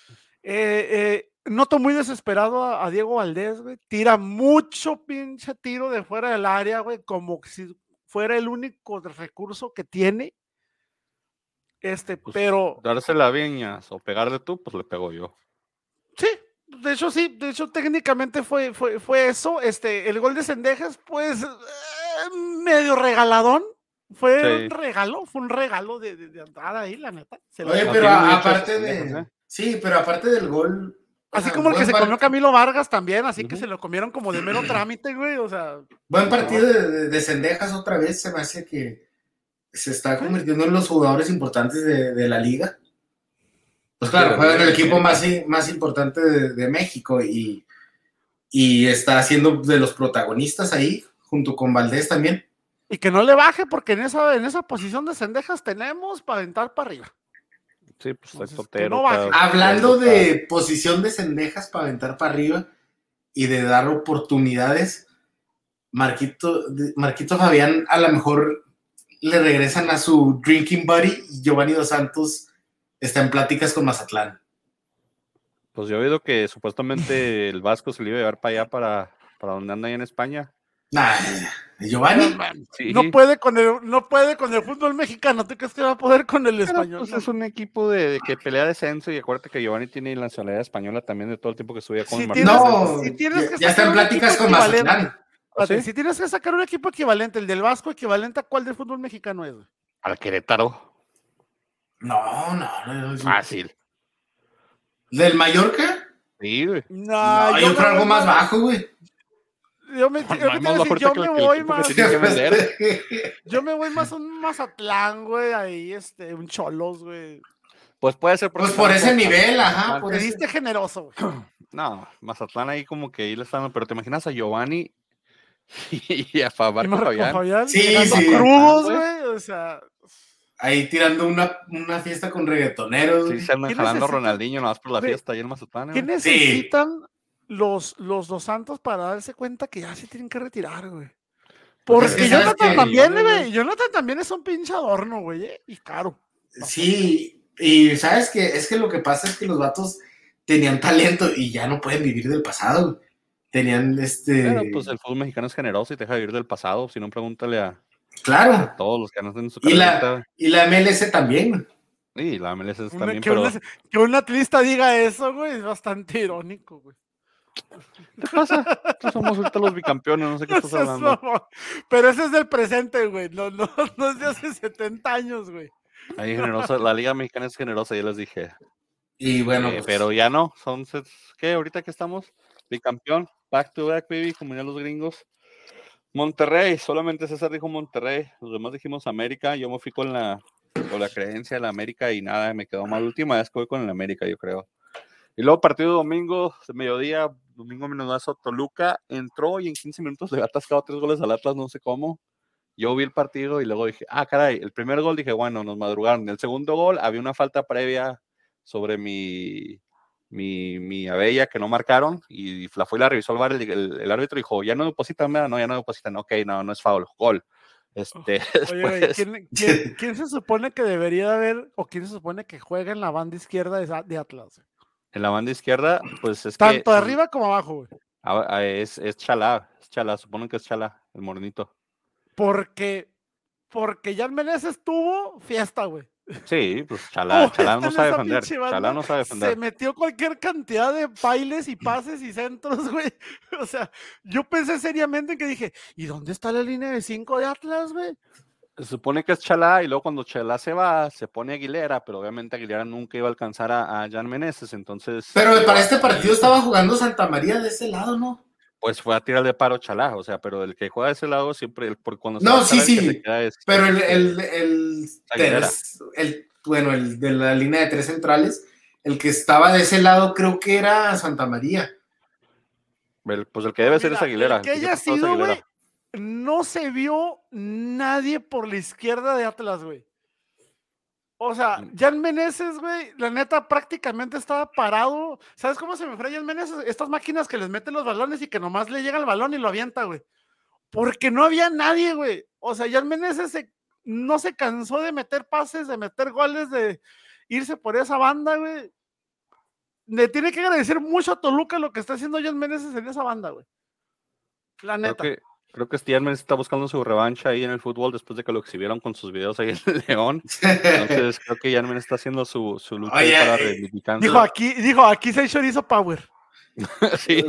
Noto muy desesperado a Diego Valdés, güey. Tira mucho pinche tiro de fuera del área, güey, como si fuera el único recurso que tiene. Pues, pero. Dársela a Viñas o pegarle tú, pues le pego yo. Sí, de hecho técnicamente fue eso. El gol de Cendejas, pues, medio regaladón. Fue un regalo de entrada ahí, la neta. Oye, pero aparte de. Sí, pero aparte del gol. Así como el que se comió Camilo Vargas también, así que se lo comieron como de mero trámite, güey, o sea. Buen partido de Cendejas otra vez, se me hace que se está convirtiendo en los jugadores importantes de la liga. Pues claro, juega en el equipo más importante de México y está siendo de los protagonistas ahí, junto con Valdés también. Y que no le baje, porque en esa posición de Cendejas tenemos para aventar para arriba. Sí, pues el portero. No baje. Hablando de posición de Cendejas para aventar para arriba y de dar oportunidades, Marquito Fabián a lo mejor le regresan a su drinking buddy y Giovanni Dos Santos está en pláticas con Mazatlán. Pues yo he oído que supuestamente el Vasco se le iba a llevar para allá, para donde anda ahí en España. Nah, Giovanni sí. no puede con el fútbol mexicano. ¿Tú crees que va a poder con el español? Pues es un equipo de que pelea descenso, y acuérdate que Giovanni tiene la nacionalidad española también de todo el tiempo que estudia con Martín. No, ya está en pláticas con Mazatlán. ¿Sí? Si tienes que sacar un equipo equivalente, el del Vasco equivalente, ¿a cuál del fútbol mexicano es? Al Querétaro. No. Fácil. ¿Del Mallorca? Sí, güey. No, yo creo algo más bajo, güey. Yo me voy más a un Mazatlán, güey, ahí, un Cholos, güey. Pues puede ser. Pues por ese nivel, ajá. Te diste generoso, güey. No, Mazatlán ahí como que ahí le están, pero te imaginas a Giovanni y a Marco Fabián. Sí. Crudos, güey, o sea. Ahí tirando una fiesta con reggaetoneros. Sí, se andan jalando a Ronaldinho nomás por la fiesta ahí en Mazatlán. ¿Qué necesitan los Dos Santos para darse cuenta que ya se tienen que retirar, güey? Porque Jonathan también, güey. Jonathan también es un pinche adorno, güey, y caro. Sí, y sabes que es que lo que pasa es que los vatos tenían talento y ya no pueden vivir del pasado, güey. Tenían Pero pues el fútbol mexicano es generoso y te deja vivir del pasado, si no pregúntale a todos los que no en su carrera. Y la MLS también. Sí, la MLS también, que un atlista diga eso, güey, es bastante irónico, güey. ¿Qué pasa? Somos ahorita los bicampeones, no sé qué estás hablando. Pero ese es del presente, güey, no es de hace 70 años, güey. Ahí generosa, la Liga Mexicana es generosa, ya les dije. Y bueno, pero ya no, son, ¿qué? Ahorita que estamos, bicampeón, back to back, baby, como ya los gringos. Monterrey, solamente César dijo Monterrey, los demás dijimos América. Yo me fui con la creencia de la América y nada, me quedó mal. Última vez que voy con el América, yo creo. Y luego partido domingo, de mediodía, domingo minudazo, Toluca entró y en 15 minutos le había atascado 3 goles al Atlas, no sé cómo. Yo vi el partido y luego dije, caray, el primer gol dije, bueno, nos madrugaron. El segundo gol había una falta previa sobre mi Abella que no marcaron, y la fue y la revisó el VAR, el árbitro dijo, ya no depositan, no, ya no depositan, ok, no es foul, gol. Oye, ¿quién se supone que debería haber, o quién se supone que juega en la banda izquierda de Atlas? En la banda izquierda, pues es tanto arriba como abajo, güey. Es Chalá, suponen que es Chalá, el morenito. Porque Jan Meneses tuvo fiesta, güey. Sí, pues Chalá no sabe defender. Chalá no sabe defender. Se metió cualquier cantidad de bailes y pases y centros, güey. O sea, yo pensé seriamente que dije, ¿y dónde está la línea de 5 de Atlas, güey? Se supone que es Chalá y luego cuando Chalá se va, se pone Aguilera, pero obviamente Aguilera nunca iba a alcanzar a Jan Meneses, entonces... Pero para este partido estaba jugando Santa María de ese lado, ¿no? Pues fue a tirar de paro Chalá, o sea, pero el que juega de ese lado siempre, porque cuando no, se va sí, Chalá, el que se queda es... Pero el de la línea de 3 centrales, el que estaba de ese lado creo que era Santa María. Pues el que debe ser es Aguilera. El que haya sido, güey, no se vio nadie por la izquierda de Atlas, güey. O sea, Jan Meneses, güey, la neta prácticamente estaba parado. ¿Sabes cómo se me fue Jan Meneses? Estas máquinas que les meten los balones y que nomás le llega el balón y lo avienta, güey. Porque no había nadie, güey. O sea, Jan Meneses no se cansó de meter pases, de meter goles, de irse por esa banda, güey. Le tiene que agradecer mucho a Toluca lo que está haciendo Jan Meneses en esa banda, güey. La neta. Creo que Jan Meneses está buscando su revancha ahí en el fútbol después de que lo exhibieron con sus videos ahí en el León. Entonces creo que Jan Meneses está haciendo su lucha para reivindicar. Dijo, aquí se chorizo power. Sí,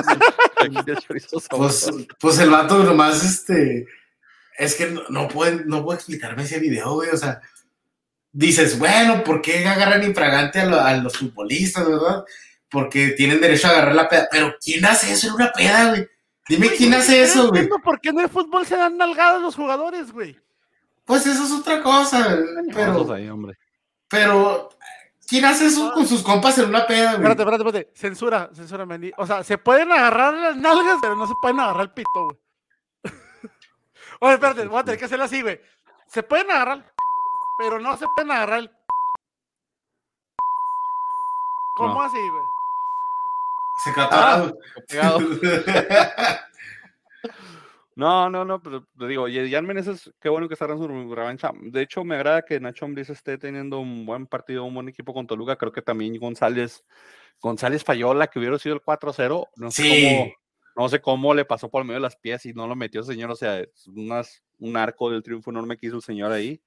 pues el vato nomás, es que no puedo explicarme ese video, güey, o sea, dices, bueno, ¿por qué agarran infragante a los futbolistas, verdad? Porque tienen derecho a agarrar la peda, pero ¿quién hace eso en una peda, güey? Dime quién hace eso, güey. No, ¿por qué en el fútbol se dan nalgadas los jugadores, güey? Pues eso es otra cosa, pero ¿quién hace eso con sus compas en una peda, güey? Espérate. Censura, Mendy. O sea, se pueden agarrar las nalgas, pero no se pueden agarrar el pito, güey. Oye, espérate, voy a tener que hacerlo así, güey. Se pueden agarrar, pero no se pueden agarrar el... ¿Cómo así, güey? Se quedó pegado. No, pero te digo, Jan Meneses, qué bueno que está dando su revancha. De hecho, me agrada que Nacho Ambriz esté teniendo un buen partido, un buen equipo con Toluca. Creo que también González falló la que hubiera sido el 4-0. No sé cómo le pasó por medio de las pies y no lo metió el señor. O sea, es un arco del triunfo enorme que hizo el señor ahí.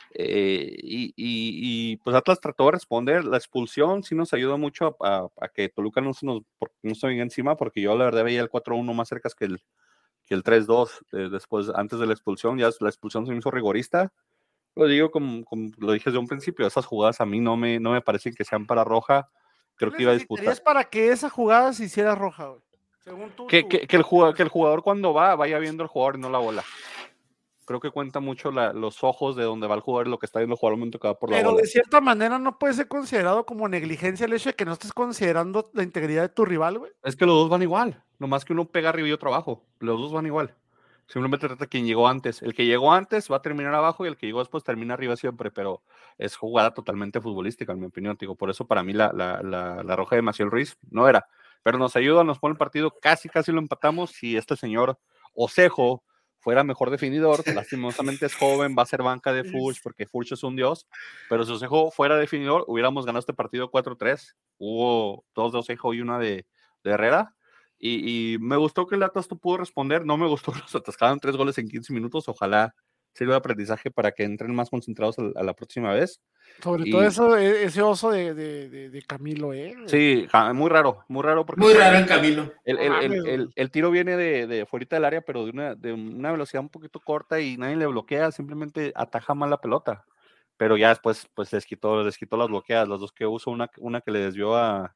Y pues Atlas trató de responder. La expulsión sí nos ayudó mucho a que Toluca no se venga encima, porque yo la verdad veía el 4-1 más cerca que el 3-2 después, antes de la expulsión. Ya la expulsión se me hizo rigorista. Lo digo como lo dije desde un principio, esas jugadas a mí no me parecen que sean para roja. Creo que iba a disputar. Es para que esa jugada se hiciera roja, güey. Según tú. Que el jugador cuando vaya viendo al jugador y no la bola. Creo que cuenta mucho los ojos de donde va el jugador y lo que está viendo el jugador al momento que va por la bola. Pero de cierta manera no puede ser considerado como negligencia el hecho de que no estés considerando la integridad de tu rival, güey. Es que los dos van igual, nomás que uno pega arriba y otro abajo. Los dos van igual. Simplemente trata quien llegó antes. El que llegó antes va a terminar abajo y el que llegó después termina arriba siempre, pero es jugada totalmente futbolística, en mi opinión. Digo, por eso para mí la roja de Maciel Ruiz no era. Pero nos ayuda, nos pone el partido, casi lo empatamos. Si este señor Osejo fuera mejor definidor, lastimosamente es joven, va a ser banca de Furch, porque Furch es un dios, pero si Osejo fuera definidor, hubiéramos ganado este partido 4-3. Hubo 2 de Osejo y una de Herrera. Y me gustó que el Atlas pudo responder. No me gustó que los atascaran 3 goles en 15 minutos. Ojalá sirva de aprendizaje para que entren más concentrados a la próxima vez. Sobre todo eso, ese oso de Camilo, Sí, muy raro. Porque muy raro en Camilo. El tiro viene de fuera del área, pero de una velocidad un poquito corta y nadie le bloquea, simplemente ataja mal la pelota. Pero ya después pues les quitó las bloqueadas, las dos que usó, una que le desvió a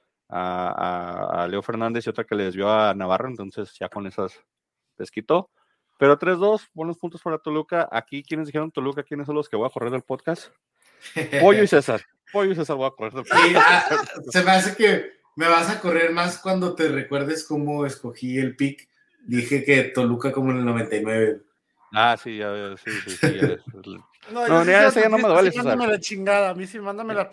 Leo Fernández y otra que le desvió a Navarro, entonces ya con esas les quitó. Pero 3-2, buenos puntos para Toluca. Aquí, ¿quiénes dijeron Toluca? ¿Quiénes son los que voy a correr del podcast? Pollo y César voy a correr del podcast. Se me hace que me vas a correr más cuando te recuerdes cómo escogí el pick. Dije que Toluca como en el 99. Sí, ya. No, esa ya no me duele, César. Mándame la chingada, a mí sí, mándame la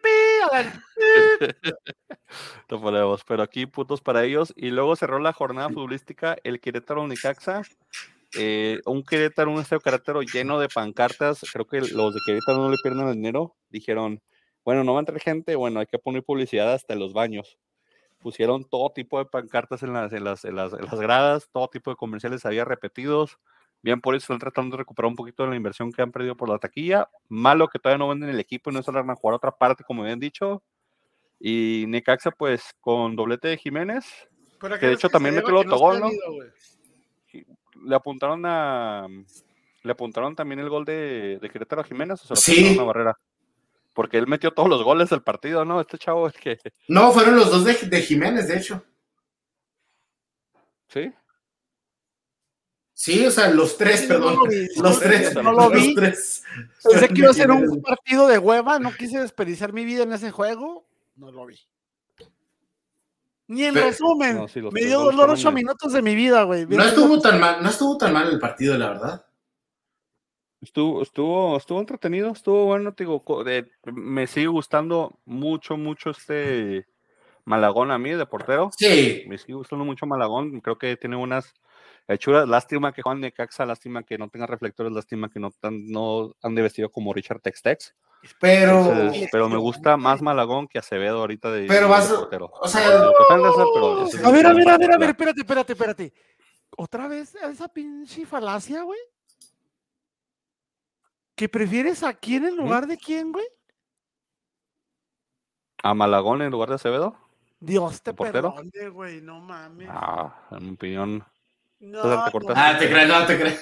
No podemos, pero aquí puntos para ellos. Y luego cerró la jornada futbolística el Querétaro Necaxa. Un Querétaro, un estadio Querétaro lleno de pancartas. Creo que los de Querétaro no le pierden el dinero. Dijeron, bueno, no va a entrar gente, bueno, hay que poner publicidad hasta en los baños. Pusieron todo tipo de pancartas en las gradas, todo tipo de comerciales había repetidos. Bien, por eso están tratando de recuperar un poquito de la inversión que han perdido por la taquilla. Malo que todavía no venden el equipo y no se van a jugar otra parte, como habían dicho. Y Necaxa, pues, con doblete de Jiménez, Pero que de hecho también metió el autogol, ¿no? Le apuntaron también el gol de Querétaro a Jiménez, o se lo pasaron a una barrera. Porque él metió todos los goles del partido, ¿no? Este chavo es que... No, fueron los dos de Jiménez, de hecho. ¿Sí? Sí, o sea, los tres, Sí, perdón. no lo vi, los tres. No lo vi. Los tres. Pensé que iba a ser un partido de hueva, no quise desperdiciar mi vida en ese juego, no lo vi. Ni en resumen, no, sí, me dio dolor 8 minutos de mi vida, güey. No estuvo tan mal el partido, la verdad. Estuvo entretenido, estuvo bueno, te digo, me sigue gustando mucho Malagón a mí, de portero. Sí. Me sigue gustando mucho Malagón, creo que tiene unas hechuras, lástima que Juan Necaxa, lástima que no tenga reflectores, lástima que no ande vestido como Richard Tex-Tex. Pero me gusta más Malagón que Acevedo ahorita de portero. O sea, a ver, espérate. ¿Otra vez esa pinche falacia, güey? ¿Que prefieres a quién en lugar de quién, güey? ¿A Malagón en lugar de Acevedo? Dios te perdone, güey, no mames. En mi opinión. No te crees.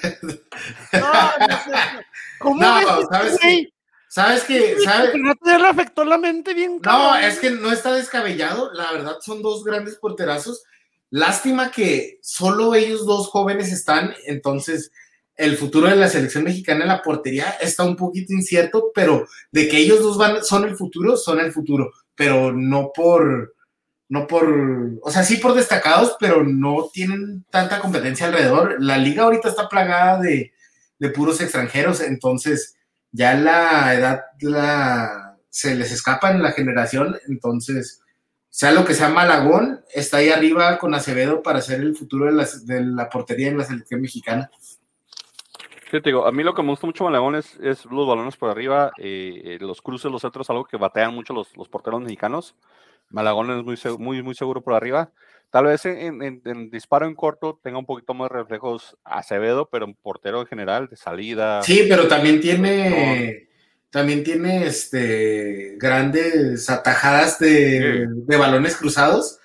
¿Cómo ¿sabes qué? ¿Sabes qué? No te le afectó la mente bien, cabrón. No, es que no está descabellado. La verdad, son dos grandes porterazos. Lástima que solo ellos dos jóvenes están, entonces el futuro de la selección mexicana en la portería está un poquito incierto, pero de que ellos dos son el futuro, pero no por, o sea, sí por destacados, pero no tienen tanta competencia alrededor. La liga ahorita está plagada de puros extranjeros, entonces ya la edad se les escapa en la generación, entonces sea lo que sea, Malagón está ahí arriba con Acevedo para ser el futuro de la portería en la selección mexicana. Sí, te digo, a mí lo que me gusta mucho Malagón es los balones por arriba, los cruces, los centros, algo que batean mucho los porteros mexicanos. Malagón es muy seguro por arriba. Tal vez en disparo en corto tenga un poquito más de reflejos Acevedo, pero en portero en general, de salida. Sí, pero también tiene grandes atajadas de balones cruzados.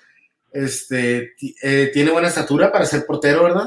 Tiene buena estatura para ser portero, ¿verdad?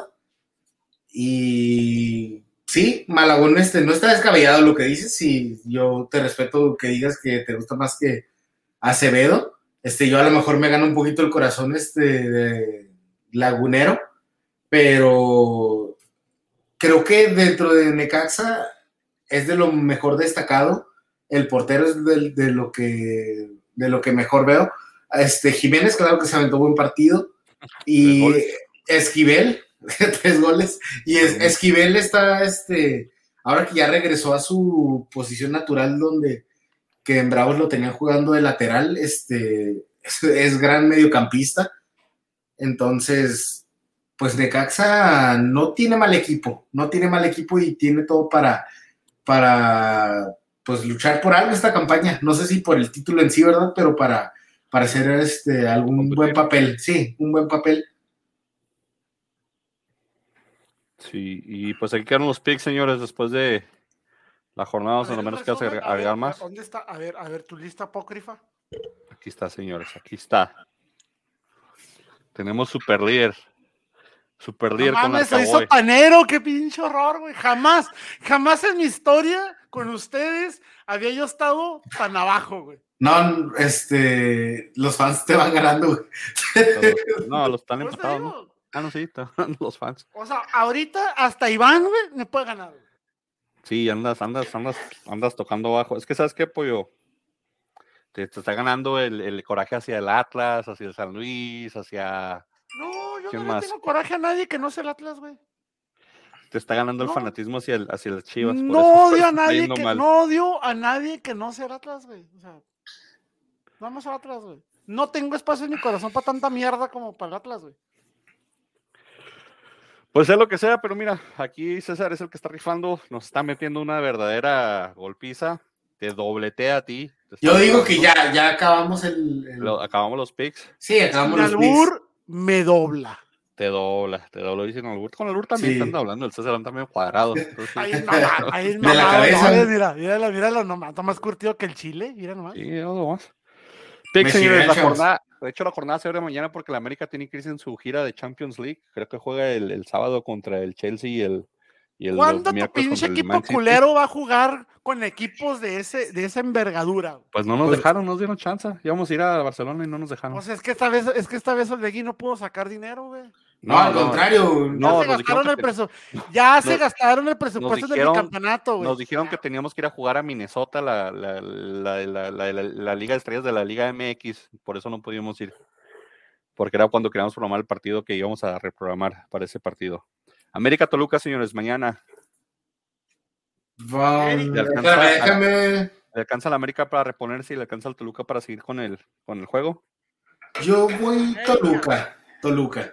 Y sí, Malagón no está descabellado lo que dices, y yo te respeto que digas que te gusta más que Acevedo. Yo a lo mejor me gano un poquito el corazón de lagunero, pero creo que dentro de Necaxa es de lo mejor destacado. El portero es de lo que mejor veo. Jiménez, claro que se aventó buen partido. Y Esquivel, 3 goles. Y Esquivel está, ahora que ya regresó a su posición natural, que en Bravos lo tenían jugando de lateral, es gran mediocampista. Entonces, pues Necaxa no tiene mal equipo y tiene todo para pues luchar por algo esta campaña. No sé si por el título en sí, ¿verdad? Pero para hacer algún buen papel. Sí, un buen papel. Sí, y pues aquí quedaron los picks, señores, después de la jornada, o menos que agregar más. ¿Dónde está? A ver, tu lista apócrifa. Aquí está, señores, aquí está. Tenemos super líder con la soy sotanero, qué pinche horror, güey. Jamás en mi historia con ustedes había yo estado tan abajo, güey. No, los fans te van ganando, güey. No, los están empatados, ¿no? No, sí, los fans. O sea, ahorita hasta Iván, güey, me puede ganar, güey. Sí, andas tocando bajo. Es que, ¿sabes qué, pollo? Te está ganando el coraje hacia el Atlas, hacia el San Luis, hacia... No, yo no le tengo coraje a nadie que no sea el Atlas, güey. Te está ganando el fanatismo hacia el Chivas. No odio a nadie que no sea el Atlas, güey. O sea, vamos al Atlas, güey. No tengo espacio en mi corazón para tanta mierda como para el Atlas, güey. Pues sea lo que sea, pero mira, aquí César es el que está rifando, nos está metiendo una verdadera golpiza, te dobletea a ti. Yo digo que ya acabamos acabamos los picks. Sí, acabamos los picks. Me dobla. Te dobla, dicen albur. Con albur también Sí. están hablando, el César anda medio cuadrado. Ahí es mamado, ahí es De la mamado, cabeza. míralo nomás, está más curtido que el chile, mira nomás. Sí, algo más. Me Pick, señores, chivean, la chavos. jornada, de hecho la jornada se abre mañana porque la América tiene que irse en su gira de Champions League. Creo que juega el sábado contra el Chelsea y el ¿Cuándo tu miércoles pinche contra el equipo Man City. culero va a jugar con equipos de esa envergadura? Pues no nos Pues- dejaron, nos dieron chance. Íbamos a ir a Barcelona y no nos dejaron. Pues es que esta vez Olegui no pudo sacar dinero, güey. No, al contrario. No, Ya se nos dijeron gastaron que ya se nos- gastaron el presupuesto del dijeron- bicampeonato, güey. nos dijeron que teníamos que ir a jugar a Minnesota, la Liga de Estrellas de la Liga MX. Por eso no podíamos ir. Porque era cuando queríamos programar el partido que íbamos a reprogramar para ese partido. América Toluca, señores, mañana. Espérame, déjame. ¿Le alcanza a la América para reponerse y le alcanza al Toluca para seguir con el juego? Yo voy Toluca.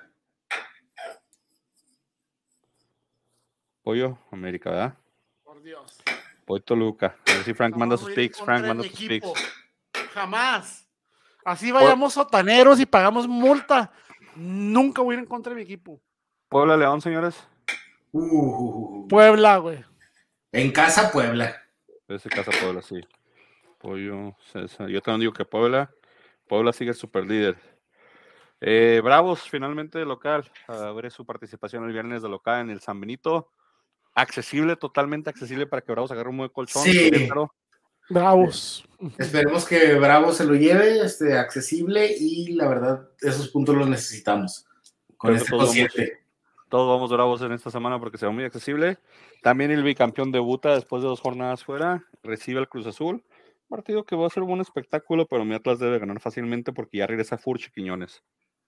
Pollo, América, ¿verdad? Por Dios. Voy Toluca. A ver si Frank manda Jamás sus voy a ir en picks. contra Frank de manda mi sus equipo. picks. Jamás. Así vayamos sotaneros y pagamos multa. Nunca voy a ir en contra de mi equipo. Puebla León, señores. Puebla, güey. En casa, Puebla. Ese casa Puebla, sí. Pollo, César. Yo también digo que Puebla sigue super líder. Bravos, finalmente de local. Abre su participación el viernes de local en el San Benito. Accesible, totalmente accesible para que Bravos agarre un buen colchón. Sí. Querétaro. Bravos. Esperemos que Bravo se lo lleve, accesible, y la verdad, esos puntos los necesitamos. Con Creo que este todos cociente. Todos vamos Bravos en esta semana porque se va muy accesible. También el bicampeón debuta después de 2 jornadas fuera. Recibe al Cruz Azul. Partido que va a ser un buen espectáculo, pero mi Atlas debe ganar fácilmente porque ya regresa Furch y Quiñones.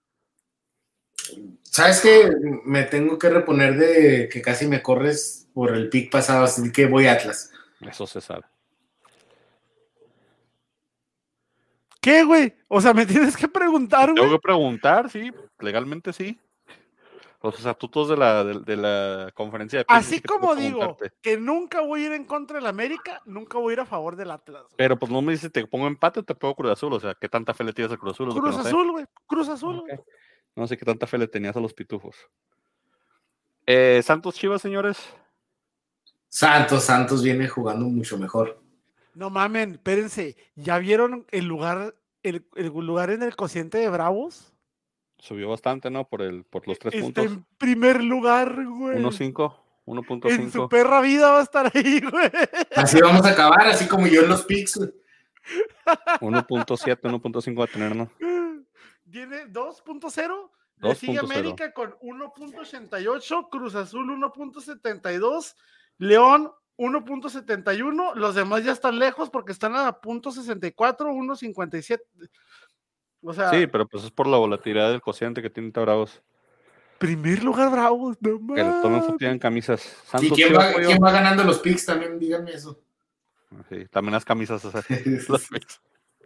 ¿Sabes qué? Me tengo que reponer de que casi me corres por el pick pasado, así que voy Atlas. Eso se sabe. ¿Qué, güey? O sea, me tienes que preguntar, Tengo güey. que preguntar, sí, legalmente sí. Los estatutos de la conferencia de prensa. Así sí que tengo como que digo preguntarte. que nunca voy a ir en contra del América, nunca voy a ir a favor del Atlas. Güey. Pero pues no me dices, te pongo empate o te pongo Cruz Azul. O sea, ¿qué tanta fe le tienes a Cruz Azul? Es lo que Cruz no sé. Azul, güey. Cruz Azul, güey. Ok. No sé qué tanta fe le tenías a los pitufos. Santos Chivas, señores. Santos viene jugando mucho mejor. No mamen, espérense. ¿Ya vieron el lugar en el cociente de Bravos? Subió bastante, ¿no? Por los 3 Está puntos. en primer lugar, güey. 1.5, En su 1.5. perra vida va a estar ahí, güey. Así vamos a acabar, así como yo en los picks. 1.7, 1.5 va a tener, ¿no? Tiene 2.0. Le sigue 2.0. América con 1.88, Cruz Azul 1.72, León 1.71. Los demás ya están lejos porque están a .64, 1.57. O sea, Sí, pero pues es por la volatilidad del cociente que tiene Bravos. primer lugar Bravos, no Que le tomen mames. foto en camisas. ¿Y Santos quién Chivas, Pollo. va ganando los picks? También díganme eso. Sí, también las camisas. O sea, los picks.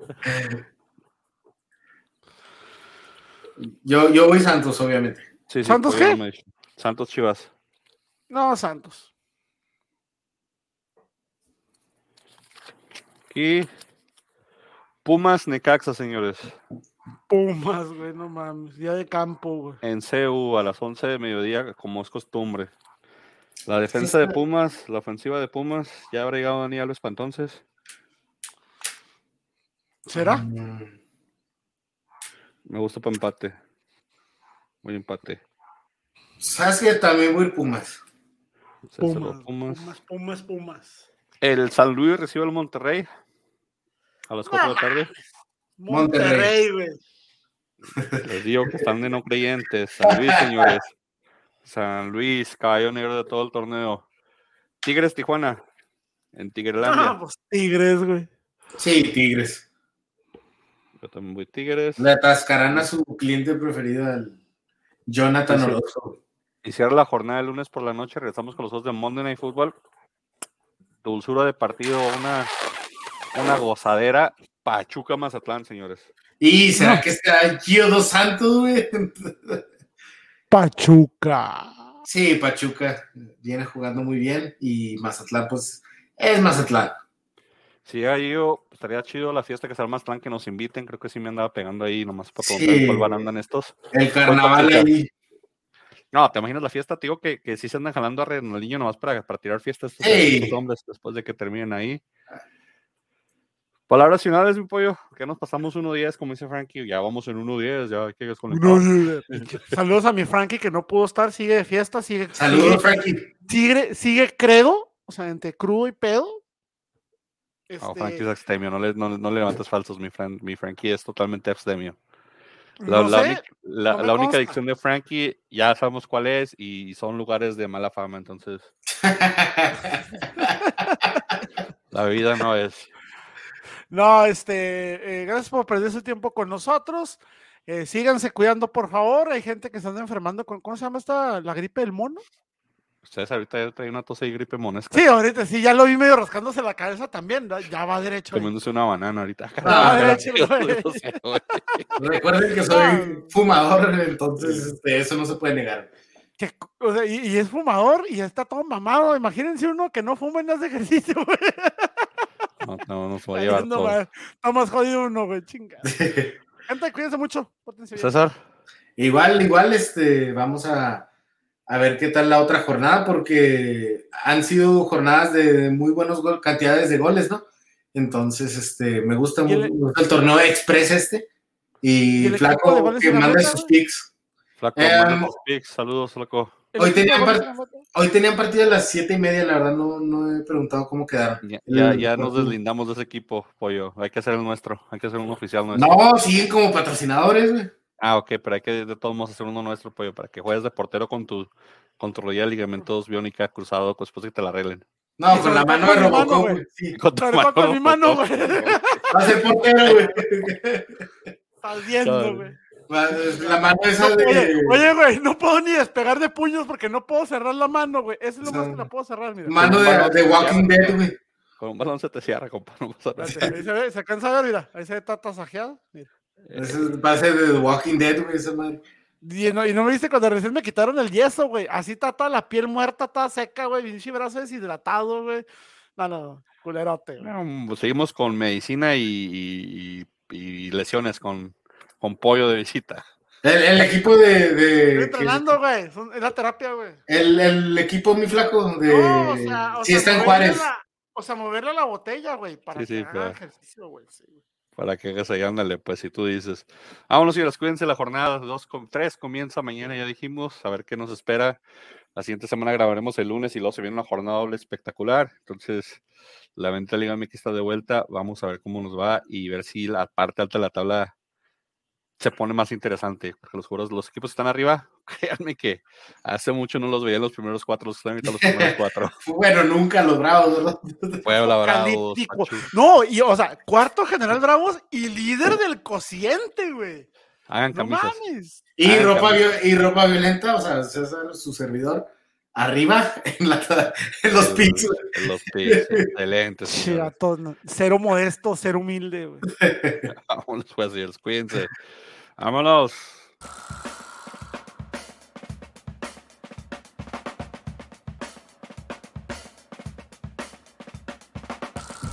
Yo voy Santos, obviamente. Sí, ¿Santos Pollo qué? no me dijo. Santos Chivas. No, Santos. Y Pumas Necaxa, señores. Pumas, güey, no mames. Día de campo, güey. En CU a las 11 de mediodía, como es costumbre. La defensa de Pumas, la ofensiva de Pumas, ¿ya habrá llegado Dani Alves para entonces? ¿Será? Me gusta para empate. Muy empate. ¿Sabes que también voy a ir Pumas? Pumas. El San Luis recibe al Monterrey a las 4 de la tarde. Monterrey, güey. Les digo que están de no creyentes. San Luis, señores. San Luis, caballo negro de todo el torneo. Tigres, Tijuana. En Tigrelandia. Ah, pues Tigres, güey. Sí, Tigres. Yo también voy Tigres. Le atascarán a su cliente preferido, al Jonathan Orozco. Y cierra la jornada el lunes por la noche. Regresamos con los dos de Monday Night Football. Dulzura de partido, una gozadera. Pachuca Mazatlán, señores. ¿Y será que está Gio Dos Santos, güey? Pachuca. Sí, Pachuca viene jugando muy bien y Mazatlán, pues, es Mazatlán. Si ahí estaría chido la fiesta que sea el Mazatlán, que nos inviten. Creo que sí me andaba pegando ahí nomás para preguntar cuál van andan estos. El carnaval ahí. No, ¿te imaginas la fiesta? Te digo que sí se andan jalando a Ronaldinho nomás para tirar fiestas estos hombres después de que terminen ahí. Palabras finales, mi pollo, que nos pasamos 1-10, como dice Frankie, ya vamos en 1-10, ya hay que desconectar. Saludos a mi Frankie que no pudo estar, sigue de fiesta, Saludos, Frankie. Sigue credo, o sea, entre crudo y pedo. Frankie es abstemio, no le levantes falsos, mi Frankie es totalmente abstemio. La única adicción de Frankie, ya sabemos cuál es, y son lugares de mala fama, entonces. La vida no es. No, gracias por perder su tiempo con nosotros. Síganse cuidando, por favor. Hay gente que se anda enfermando con, ¿cómo se llama esta? ¿La gripe del mono? Ustedes ahorita ya traen una tos y gripe monesca. Sí, ahorita sí, ya lo vi medio rascándose la cabeza también, ¿no? Ya va derecho. Comiéndose una banana ahorita. Recuerden que soy fumador, entonces eso no se puede negar. O sea, y es fumador y está todo mamado. Imagínense uno que no fuma y no hace ejercicio, güey. No nos va a llevar todo. Está más jodido uno, güey, chingada. Gente, cuídense mucho. César. Igual, vamos a ver qué tal la otra jornada, porque han sido jornadas de muy buenas cantidades de goles, ¿no? Entonces, me gusta mucho el torneo express y Flaco que mande sus picks. Flaco, manda tus picks. Saludos, Flaco. Hoy tenían partido a las 7:30, la verdad no he preguntado cómo quedaron. Ya nos deslindamos de ese equipo, pollo. Hay que hacer el nuestro, hay que hacer un oficial nuestro. No, siguen como patrocinadores, güey. Ok, pero hay que de todos modos hacer uno nuestro, pollo, para que juegues de portero con tu rodilla de ligamentos biónica cruzado después de que te la arreglen. No, con la mano de Robocop, güey. Sí. Con mi mano, güey. Va a ser portero, güey. Estás viendo, güey. La mano esa de... Oye, güey, no puedo ni despegar de puños porque no puedo cerrar la mano, güey. Eso es lo más que la puedo cerrar, mira. Mano de Walking Dead, güey. Con un balón se te cierra, compa. No pasa nada. Ahí se ve, se alcanza a ver, mira. Ahí se ve, está tasajeado. Mira. Eso parece de The Walking Dead, güey, esa madre. Y no me viste cuando recién me quitaron el yeso, güey. Así está toda la piel muerta, toda seca, güey. Pinche brazo deshidratado, güey. No, culerote, güey. Seguimos con medicina y lesiones con pollo de visita. El equipo de Estoy entrenando, güey. Es la terapia, güey. El equipo, mi Flaco, de... No, o sí, sea, está en Juárez. Moverle a la botella, güey, para que haga ejercicio, güey. Sí. Para que hagas ahí, ándale, pues, si tú dices. Vámonos, señores, cuídense, la jornada 2-3 comienza mañana, ya dijimos, a ver qué nos espera. La siguiente semana grabaremos el lunes y luego se viene una jornada doble espectacular. Entonces, la venta de Liga MX está de vuelta. Vamos a ver cómo nos va y ver si la parte alta de la tabla se pone más interesante, porque los equipos están arriba, créanme que hace mucho no los veía en los primeros 4, están ahorita los primeros 4. Bueno, nunca los Bravos, ¿no? Puebla, Bravos, no, y o sea, cuarto general Bravos y líder del cociente, güey. Hagan camisas. Mames. Y ropa violenta, o sea, César, su servidor, arriba en los picks. En los picks, excelente. Cero modesto, cero humilde, güey. Vámonos, pues, señores, cuídense. Vámonos.